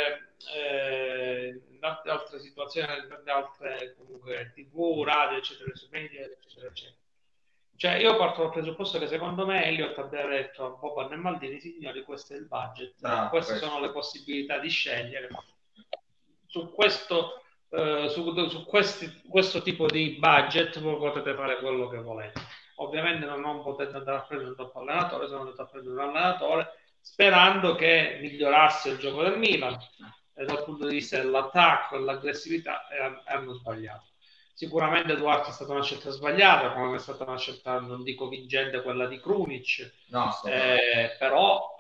altre situazioni, in tante altre comunque TV, radio, eccetera, media, eccetera, eccetera. Cioè, io parto dal presupposto che secondo me Elliott abbia detto a Boban e Maldini, signori, questo è il budget, queste sono le possibilità di scegliere. Su questo, questo tipo di budget voi potete fare quello che volete. Ovviamente non potete andare a prendere un top allenatore, sono andato a prendere un allenatore sperando che migliorasse il gioco del Milan e dal punto di vista dell'attacco e dell'aggressività hanno sbagliato. Sicuramente Duarte è stata una scelta sbagliata, come è stata una scelta, non dico vincente, quella di Krunic, però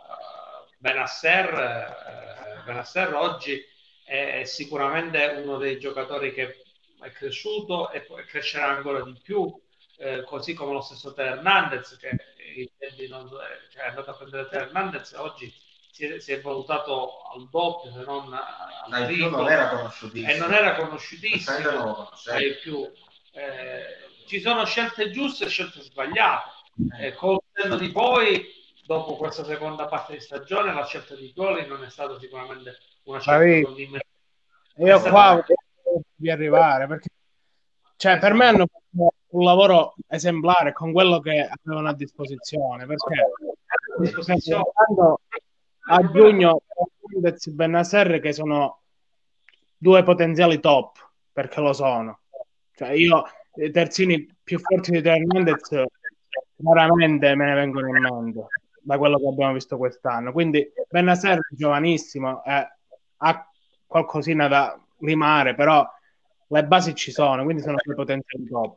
Benasser oggi è sicuramente uno dei giocatori che è cresciuto e poi crescerà ancora di più, così come lo stesso Teo Hernandez, che è andato a prendere Teo Hernandez, oggi si è valutato al doppio, se non al triplo, non era conosciutissimo. E non era conosciutissimo. Più. Ci sono scelte giuste e scelte sbagliate. Col senno di poi, dopo questa seconda parte di stagione, la scelta di Pioli non è stata sicuramente una scelta condivisibile. Io qua di arrivare, perché per me hanno fatto un lavoro esemplare con quello che avevano a disposizione, perché a giugno Hernandez e Bennacer, che sono due potenziali top, perché lo sono. Cioè io i terzini più forti di Hernandez chiaramente me ne vengono in mente da quello che abbiamo visto quest'anno. Quindi Bennacer è giovanissimo, ha qualcosina da limare, però le basi ci sono, quindi sono due potenziali top.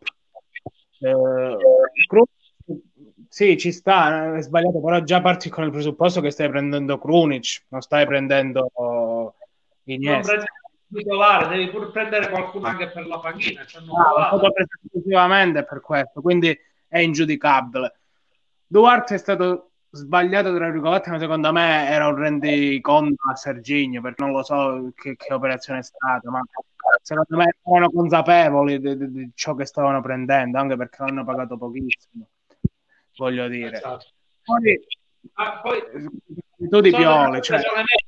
Sì, ci sta, è sbagliato, però già parti con il presupposto che stai prendendo Krunic, non stai prendendo Iniesta. Non titolare, devi pure prendere qualcuno anche per la panchina. È stato preso esclusivamente per questo, quindi è ingiudicabile. Duarte è stato sbagliato tra virgolette, ma secondo me era un rendiconto a Serginho, perché non lo so che operazione è stata, ma secondo me erano consapevoli di ciò che stavano prendendo, anche perché l'hanno pagato pochissimo, voglio dire. Esatto. Poi tu di Pioli, cioè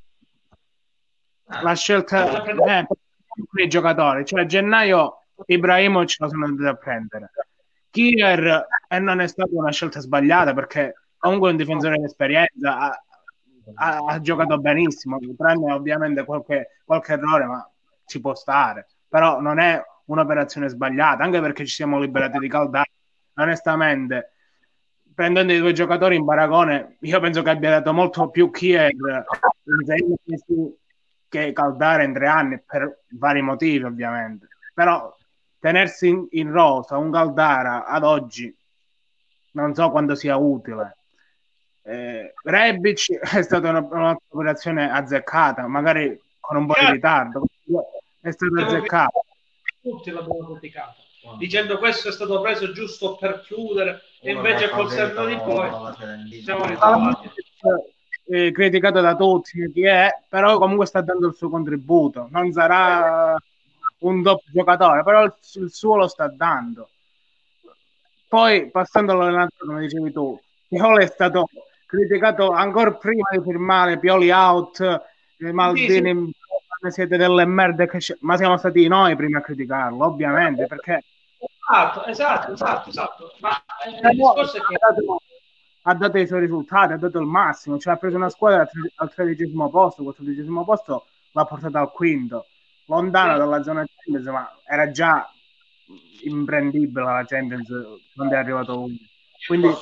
la scelta i giocatori, cioè a gennaio Ibrahimovic lo sono andati a prendere. Kier non è stata una scelta sbagliata, perché comunque è un difensore di esperienza, ha giocato benissimo, prende ovviamente qualche errore, ma ci può stare, però non è un'operazione sbagliata, anche perché ci siamo liberati di Caldara. Onestamente, prendendo i due giocatori in paragone, io penso che abbia dato molto più Kier in 6 mesi che Caldara in 3 anni, per vari motivi ovviamente, però tenersi in rosa un Caldara ad oggi non so quando sia utile. Rebic è stata un'operazione azzeccata, magari con un po' di ritardo, è stata azzeccata. Tutti l'abbiamo criticato, dicendo questo è stato preso giusto per chiudere, e invece col senno di poi siamo ritrovati. Criticato da tutti chi è, però comunque sta dando il suo contributo, non sarà un top giocatore, però il suo lo sta dando. Poi passando all'allenatore, come dicevi tu, Pioli è stato criticato ancora prima di firmare Pioli out, Maldini siete delle merde, ma siamo stati noi prima a criticarlo, ovviamente, perché esatto. Ma il discorso è che ha dato i suoi risultati, ha dato il massimo, cioè ha preso una squadra al 13° posto, quel 13° posto l'ha portata al 5º, lontano dalla zona Champions, ma era già imprendibile la Champions quando è arrivato lui. Quindi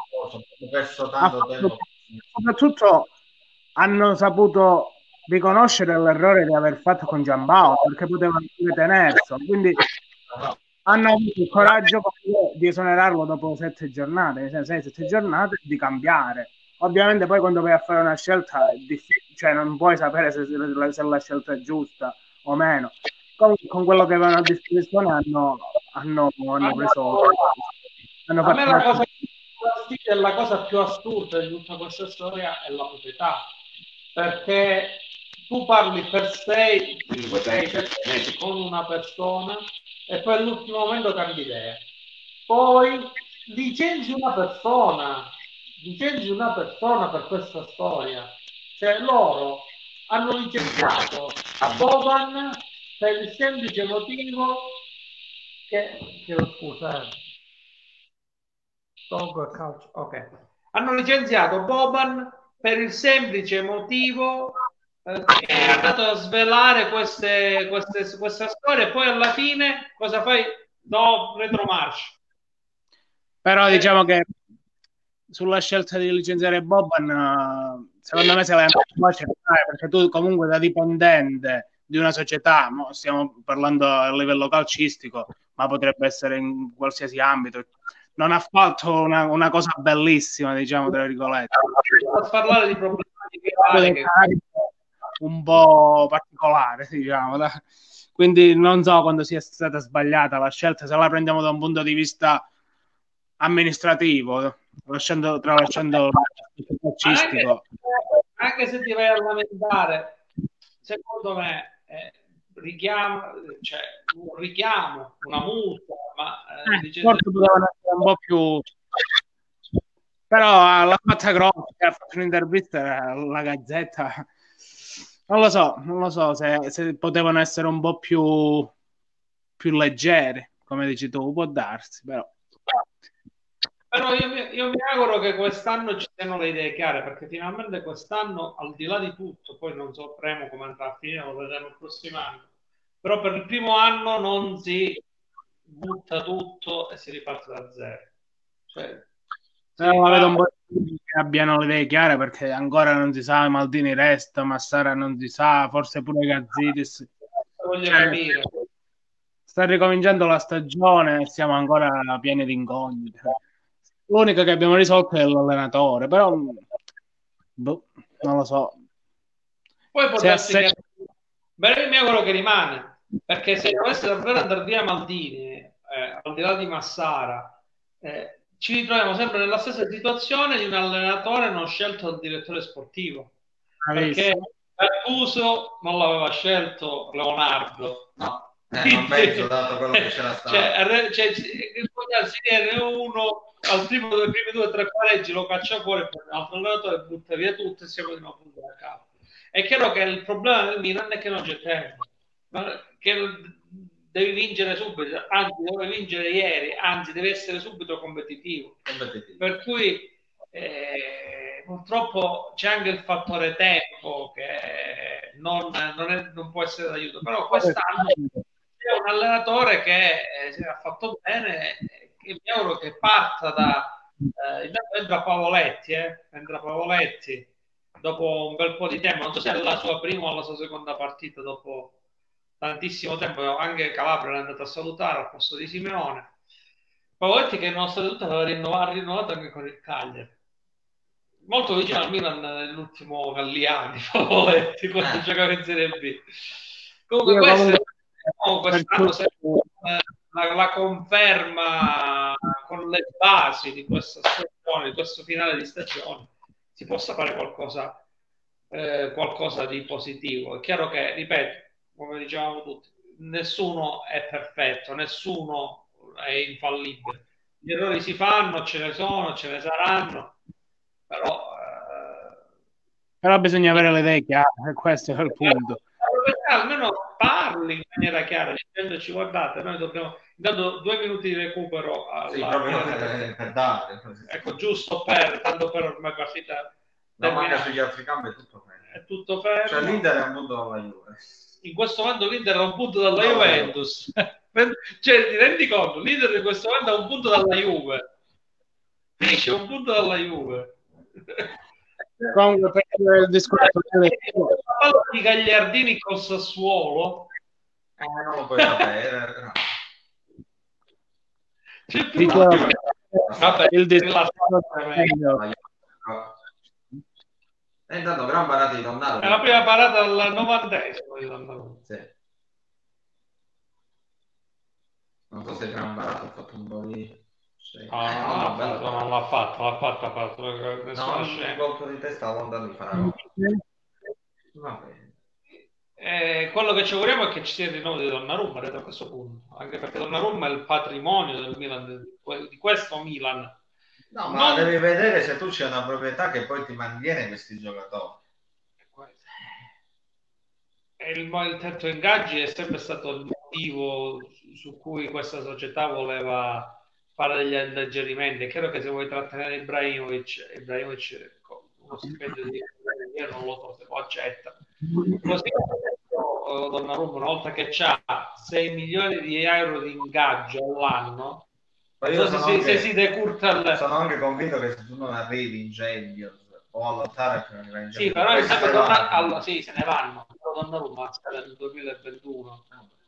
soprattutto hanno saputo riconoscere l'errore di aver fatto con Giambao, perché potevano tenerlo, quindi hanno avuto il coraggio di esonerarlo dopo 7 giornate, 6-7 giornate, di cambiare. Ovviamente poi quando vai a fare una scelta è difficile, cioè non puoi sapere se la scelta è giusta o meno. Con quello che avevano a disposizione hanno preso. A me la cosa più assurda di tutta questa storia è la proprietà, perché tu parli per 6 mesi con una persona e poi all'ultimo momento cambi idea, poi licenzi una persona per questa storia. Cioè loro hanno licenziato a Boban per il semplice motivo hanno licenziato Boban per il semplice motivo che è andato a svelare questa storia, e poi alla fine cosa fai? No, retromarcia. Però diciamo che sulla scelta di licenziare Boban, secondo me se l'hai andato perché tu comunque da dipendente di una società, stiamo parlando a livello calcistico, ma potrebbe essere in qualsiasi ambito, non ha fatto una cosa bellissima, diciamo, tra virgolette. A parlare di problematiche un po' particolare, diciamo. Quindi non so quando sia stata sbagliata la scelta, se la prendiamo da un punto di vista amministrativo, tralasciando il calcistico. Anche se ti vai a lamentare, secondo me un richiamo, una multa, ma forse potevano essere un po' più, però l'ha fatta grossa, ha fatto un'intervista alla Gazzetta, non lo so se potevano essere un po' più leggeri, come dici tu, può darsi, però io mi auguro che quest'anno ci siano le idee chiare, perché finalmente quest'anno, al di là di tutto, poi non sapremo come andrà a finire, lo vedremo il prossimo anno, però per il primo anno non si butta tutto e si riparte da zero. Cioè, la vedo un po' che abbiano le idee chiare, perché ancora non si sa, Maldini resta, Massara non si sa, forse pure Gazzidis. Voglio capire. Sta ricominciando la stagione e siamo ancora pieni di incognite. L'unico che abbiamo risolto è l'allenatore, però non lo so. Poi può darsi che io mi auguro che rimane, perché se dovesse davvero andare via Maldini, al di là di Massara, ci ritroviamo sempre nella stessa situazione di un allenatore non scelto dal direttore sportivo, perché Gattuso non l'aveva scelto Leonardo, no. Non penso, dato quello che c'era stato. uno al primo dei primi 2 o 3 pareggi lo caccia fuori, poi un altro allenatore butta via tutto e siamo di nuovo da capo. È chiaro che il problema del Milan è che non c'è tempo, che devi vincere subito, anzi devi vincere ieri, anzi devi essere subito competitivo. Per cui purtroppo c'è anche il fattore tempo che non può essere d'aiuto, però quest'anno c'è un allenatore che ha fatto bene e mi auguro che parta entra Pavoletti dopo un bel po' di tempo, non so se è la sua prima o la sua seconda partita dopo tantissimo tempo, anche Calabria è andato a salutare al posto di Simeone. Pavoletti che nonostante tutto aveva rinnovato anche con il Cagliari, molto vicino al Milan nell'ultimo Galliani, Pavoletti, quando giocava in Serie B. Comunque quest'anno la conferma con le basi di questa stagione, di questo finale di stagione, si possa fare qualcosa di positivo. È chiaro che, ripeto, come dicevamo tutti, nessuno è perfetto, nessuno è infallibile. Gli errori si fanno, ce ne sono, ce ne saranno, però bisogna avere le idee chiare, questo è il punto. Almeno parli in maniera chiara, dicendoci guardate, noi dobbiamo dando 2 minuti di recupero per dare. Ecco, giusto tanto per ormai partita. Manca sugli altri campi è tutto fermo. È tutto fermo. Cioè l'Inter è un punto dalla Juve. In questo momento l'Inter è un punto dalla Juventus. Cioè, ti rendi conto? L'Inter in questo momento è un punto dalla Juve. Finisce un punto dalla Juve. Comunque, per il discorso di Gagliardini col Sassuolo, non lo puoi sapere. Vabbè, il discorso è intanto gran parata di Donnarumma. È la prima parata al 90esimo di Donnarumma. Sì. Non so se gran parata ha fatto un po' di... non l'ha fatto, no, un colpo di testa lontano di fare. Va bene. Quello che ci auguriamo è che ci sia il rinnovo di Donnarumma a questo punto, anche perché Donnarumma è il patrimonio del Milan, di questo Milan. No, ma devi vedere se tu c'è una proprietà che poi ti mantiene questi giocatori. Il tetto ingaggi è sempre stato il motivo su cui questa società voleva fare degli alleggerimenti. È chiaro che se vuoi trattenere Ibrahimovic uno stipendio di io non lo so se lo accetta. Così Donnarumma, una volta che ha 6 milioni di euro di ingaggio all'anno, se si decurta sono anche convinto che se tu non arrivi in Champions o a lottare per il sì, però sì, se ne vanno. Però Donnarumma scade nel 2021.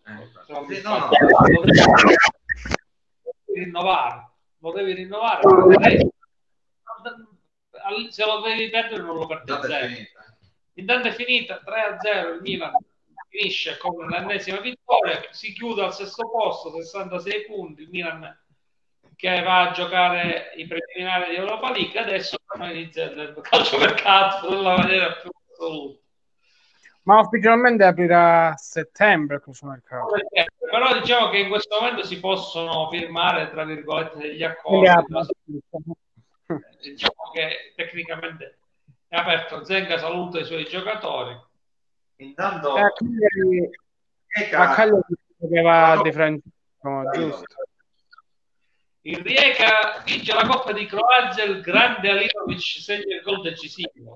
Lo devi rinnovare. Se lo devi perdere non lo perdi zero. Intanto è finita 3-0, il Milan finisce con l'ennesima vittoria, si chiude al sesto posto, 66 punti, il Milan che va a giocare i preliminari di Europa League, adesso inizia il calciomercato nella maniera più assoluta. Ma ufficialmente aprirà a settembre questo mercato. Però diciamo che in questo momento si possono firmare, tra virgolette, degli Quindi accordi. Diciamo che tecnicamente è aperto. Zenga saluta i suoi giocatori. Intanto a Cagliari che va di Francesco, giusto? Il Rijeka vince la Coppa di Croazia, il grande Alilovic segna il gol decisivo.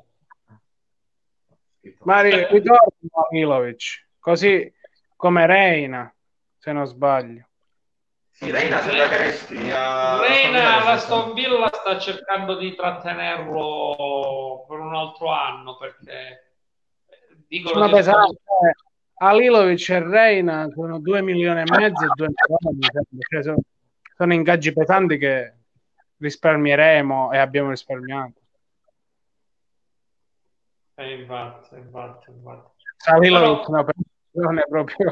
Ma ritorno Alilovic, così come Reina, se non sbaglio. Sì, Reina sembra che resti a Reina, l'Aston Villa sta cercando di trattenerlo per un altro anno perché dicono Sono pesanti. Alilovic e Reina sono 2 milioni e mezzo e 2 milioni, cioè sono ingaggi pesanti che risparmieremo e abbiamo risparmiato. Infatti. Alilovic una persona proprio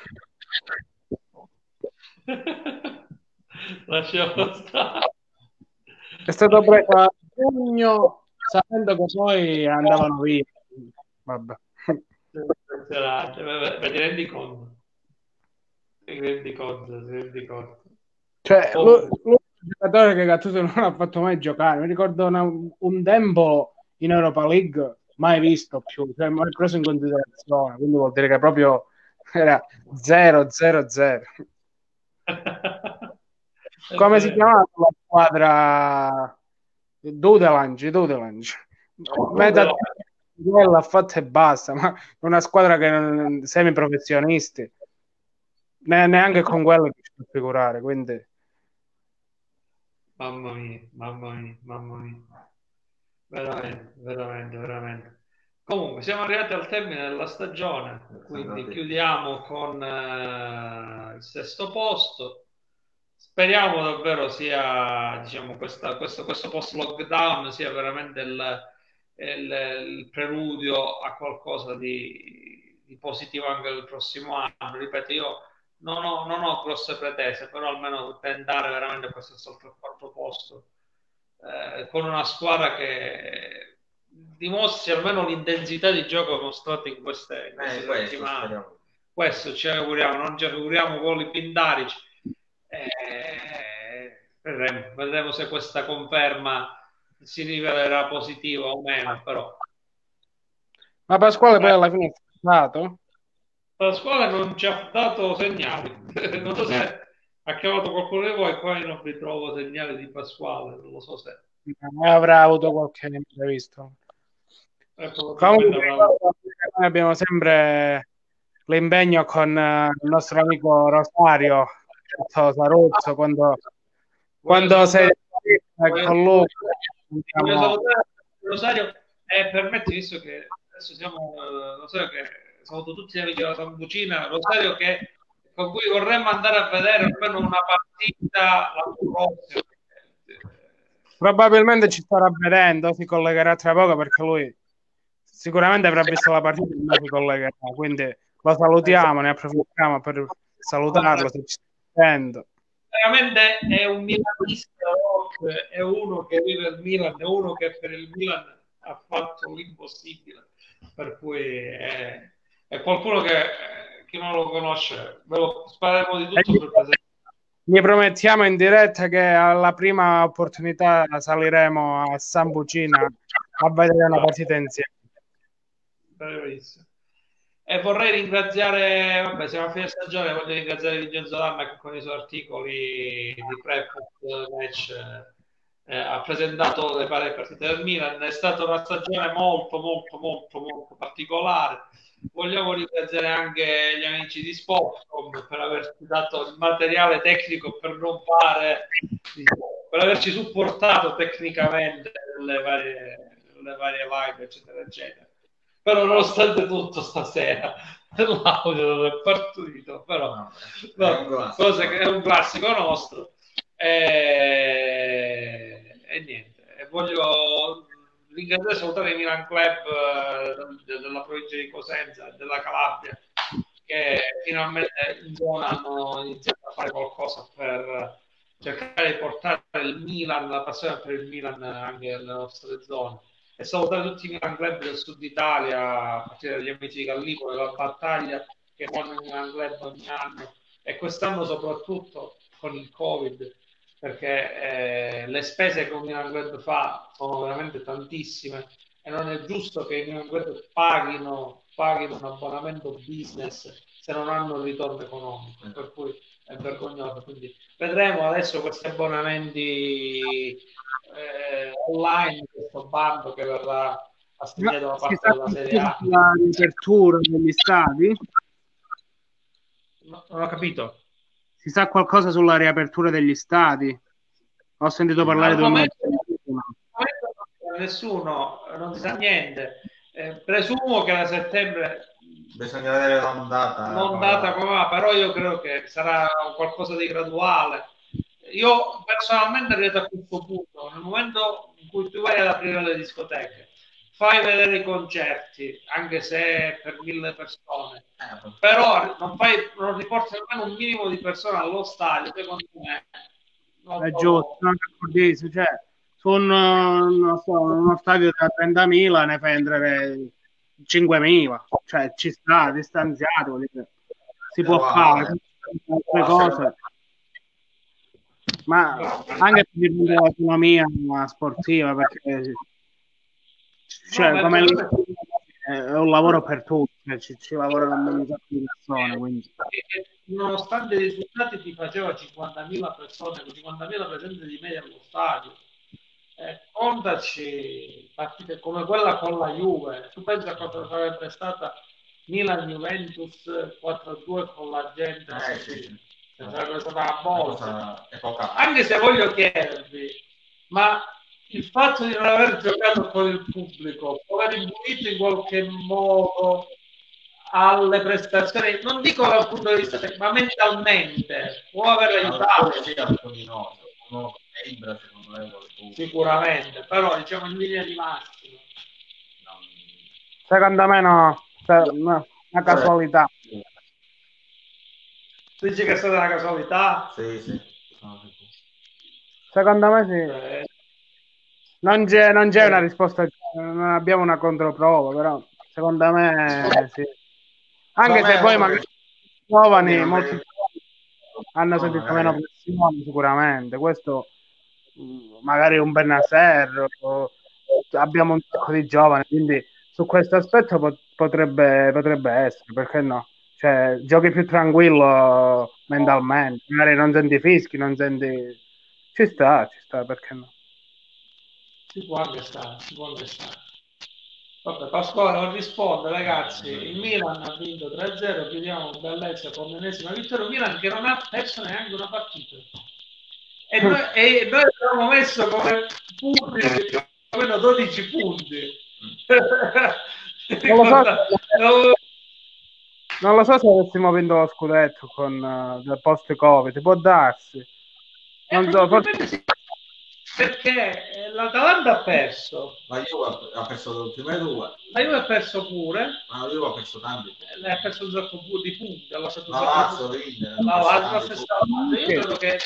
lasciamo stare. è stato preso a giugno sapendo che poi andavano via. Vabbè. Ma ti rendi conto? Ti rendi conto? Cioè, lui è un giocatore che Gattuso non ha fatto mai giocare. Mi ricordo un tempo in Europa League mai visto più, cioè mai preso in considerazione, quindi vuol dire che proprio era 0-0-0. Come si chiamava la squadra? Dudelange. Metà quella ha fatto e basta, ma una squadra che non semiprofessionisti, neanche con quello che ci può figurare, quindi Mamma mia. Veramente. Comunque, siamo arrivati al termine della stagione, quindi chiudiamo con il sesto posto. Speriamo davvero sia, diciamo, questo post-lockdown sia veramente il preludio a qualcosa di positivo anche il prossimo anno. Ripeto, io non ho grosse pretese, però almeno tentare veramente questo salto al quarto posto con una squadra che dimostri almeno l'intensità di gioco mostrata in queste settimane. Questo ci auguriamo, non ci auguriamo gol pindarici. Vedremo se questa conferma si rivelerà positiva o meno, però. Ma Pasquale poi alla fine è stato? Pasquale non ci ha dato segnali. Non so se ha chiamato qualcuno di voi, qua io non ritrovo segnali di Pasquale, non lo so se avrà avuto qualche imprevisto. Comunque noi abbiamo sempre l'impegno con il nostro amico Rosario Saruzzo quando sei con lui Rosario permetti, visto che adesso siamo Rosario che saluto tutti gli amici della Sambucina, Rosario con cui vorremmo andare a vedere almeno una partita l'anno prossimo. Probabilmente ci starà vedendo, si collegherà tra poco perché lui sicuramente avrà visto la partita e non si collegherà, quindi lo salutiamo, ne approfittiamo per salutarlo se ci sta vedendo. Veramente è un milanista, è uno che vive il Milan, è uno che per il Milan ha fatto l'impossibile, per cui è qualcuno che chi non lo conosce, ve lo spareremo di tutto per presentare. Gli promettiamo in diretta che alla prima opportunità saliremo a Sambucina a vedere una partita insieme. Bravissimo. E vorrei ringraziare, vabbè, siamo a fine stagione, voglio ringraziare Vincenzo Danna che con i suoi articoli di prep match ha presentato le varie partite del Milan. È stata una stagione molto particolare. Vogliamo ringraziare anche gli amici di Sportcom per averci dato il materiale tecnico per non fare, per averci supportato tecnicamente nelle varie live, eccetera. Però nonostante tutto stasera l'audio non è partito, però è un classico nostro e niente, e voglio ringraziare e salutare il Milan Club della provincia di Cosenza e della Calabria, che finalmente in zona hanno iniziato a fare qualcosa per cercare di portare il Milan, la passione per il Milan anche nelle nostre zone. E salutare tutti i Milan Club del sud Italia, a partire dagli amici di Gallipoli, la battaglia che fanno il Milan Club ogni anno, e quest'anno soprattutto con il Covid, perché le spese che un Milan Club fa sono veramente tantissime e non è giusto che i Milan Club paghino un abbonamento business se non hanno un ritorno economico, per cui è vergognoso. Quindi vedremo adesso questi abbonamenti online, questo bando che verrà assegnato da Si parte sa della Serie A. la riapertura degli stadi? Non ho capito. Si sa qualcosa sulla riapertura degli stadi? Ho sentito parlare Al di un nuovo. momento nessuno, non si sa niente. Presumo che da settembre Bisogna vedere l'ondata. non data come va, però io credo che sarà qualcosa di graduale. Io personalmente arrivato a questo punto, nel momento in cui tu vai ad aprire le discoteche, fai vedere i concerti, anche se per 1000 persone, però non riporti nemmeno un minimo di persone allo stadio, secondo me. È giusto, sono d'accordissimo, cioè, su non so, uno stadio da 30.000 ne fai entrare 5.000, cioè ci sta distanziato, vuol dire, si può fare altre cose, ma anche per l'autonomia sportiva, perché cioè, come è un lavoro per tutti, ci lavorano un sacco di persone, quindi. Nonostante i risultati ti faceva 50.000 persone, con 50.000 presenze di media allo stadio. Contaci partite come quella con la Juve. Tu pensi a cosa sarebbe stata Milan-Juventus 4-2 con la gente? Sì. Sarebbe stata una botta. Anche se voglio chiedervi, ma il fatto di non aver giocato con il pubblico può aver influito in qualche modo alle prestazioni, non dico dal punto di vista tecnico, ma mentalmente può aver aiutato? Sì, alcuni no. Uno sembra, secondo me, sicuramente, però diciamo in linea di massima. Secondo me no, una casualità. Tu dici che è stata una casualità? Sì. Secondo me sì. Non c'è una risposta, non abbiamo una controprova, però secondo me sì. Anche se poi magari i giovani, molti giovani hanno sentito meno pressione sicuramente, questo magari un Bennaser, abbiamo un sacco di giovani, quindi su questo aspetto potrebbe essere, perché no? Cioè, giochi più tranquillo mentalmente, magari non senti fischi, non senti. Ci sta, perché no? Si può anche stare. Vabbè, Pasquale non risponde, ragazzi. Il Milan ha vinto 3-0, chiudiamo bellezza con l'ennesima vittoria. Il Milan che non ha perso neanche una partita. E noi abbiamo messo come punti più o meno 12 punti. Non lo so se avessimo vinto lo scudetto con del post-Covid, può darsi. Non so, forse. Sì, perché l'Atalanta ha perso. La Juve ha perso le ultime due. La Juve ha perso pure. Ma la Juve ha perso tanti. Lei ha perso un sacco di punti. La Lazio, l'Inter. La stessa cosa. Io credo che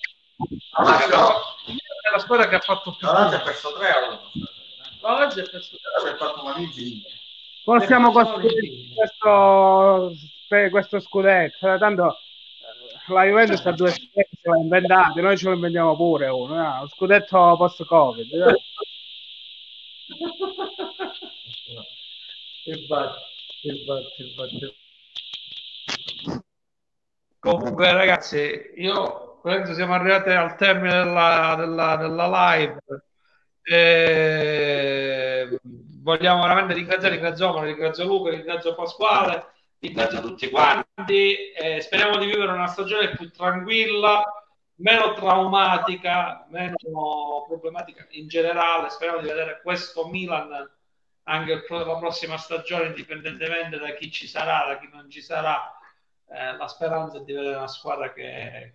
è la squadra che ha fatto più. La Lazio ha perso 3-1. La Lazio ha perso 3-1. Ha fatto una vincita. Possiamo costruire questo scudetto, tanto la Juventus ha 2 scudetti, ce l'ha inventato, noi ce lo inventiamo pure uno, lo scudetto post-Covid. Infatti. Comunque ragazzi, io penso siamo arrivati al termine della live. Vogliamo veramente ringrazio Luca, ringrazio Pasquale, ringrazio tutti quanti. Speriamo di vivere una stagione più tranquilla, meno traumatica, meno problematica in generale. Speriamo di vedere questo Milan anche per la prossima stagione, indipendentemente da chi ci sarà, da chi non ci sarà. La speranza è di vedere una squadra che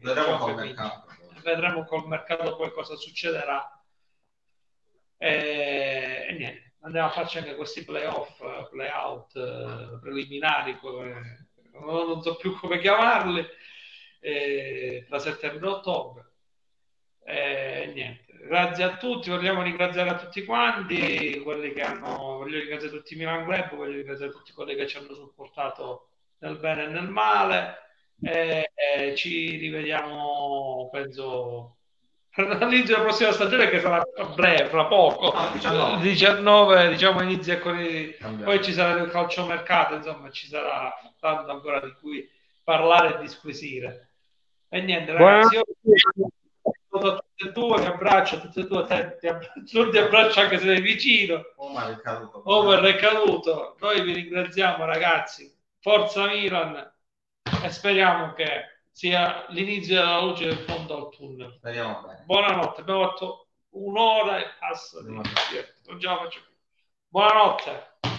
vedremo col mercato poi cosa succederà. e niente, andiamo a farci anche questi playoff, playout preliminari, non so più come chiamarli, tra settembre e ottobre. Niente, grazie a tutti, vogliamo ringraziare a tutti quanti, quelli che voglio ringraziare tutti i Milan Club, voglio ringraziare tutti quelli che ci hanno supportato nel bene e nel male. Ci rivediamo, penso, all'inizio della prossima stagione, che sarà a breve, fra poco. 19, diciamo, inizia con poi ci sarà il calciomercato, insomma, ci sarà tanto ancora di cui parlare e disquisire. E niente, ragazzi, io a tutte e due, ti abbraccio, a tutte e due, ti abbraccio anche se sei vicino. Over è caduto. Noi vi ringraziamo, ragazzi. Forza Milan, e speriamo che sia l'inizio della luce del fondo al tunnel. Speriamo bene. Buonanotte, abbiamo fatto un'ora e passa. Non ce la faccio più. Buonanotte.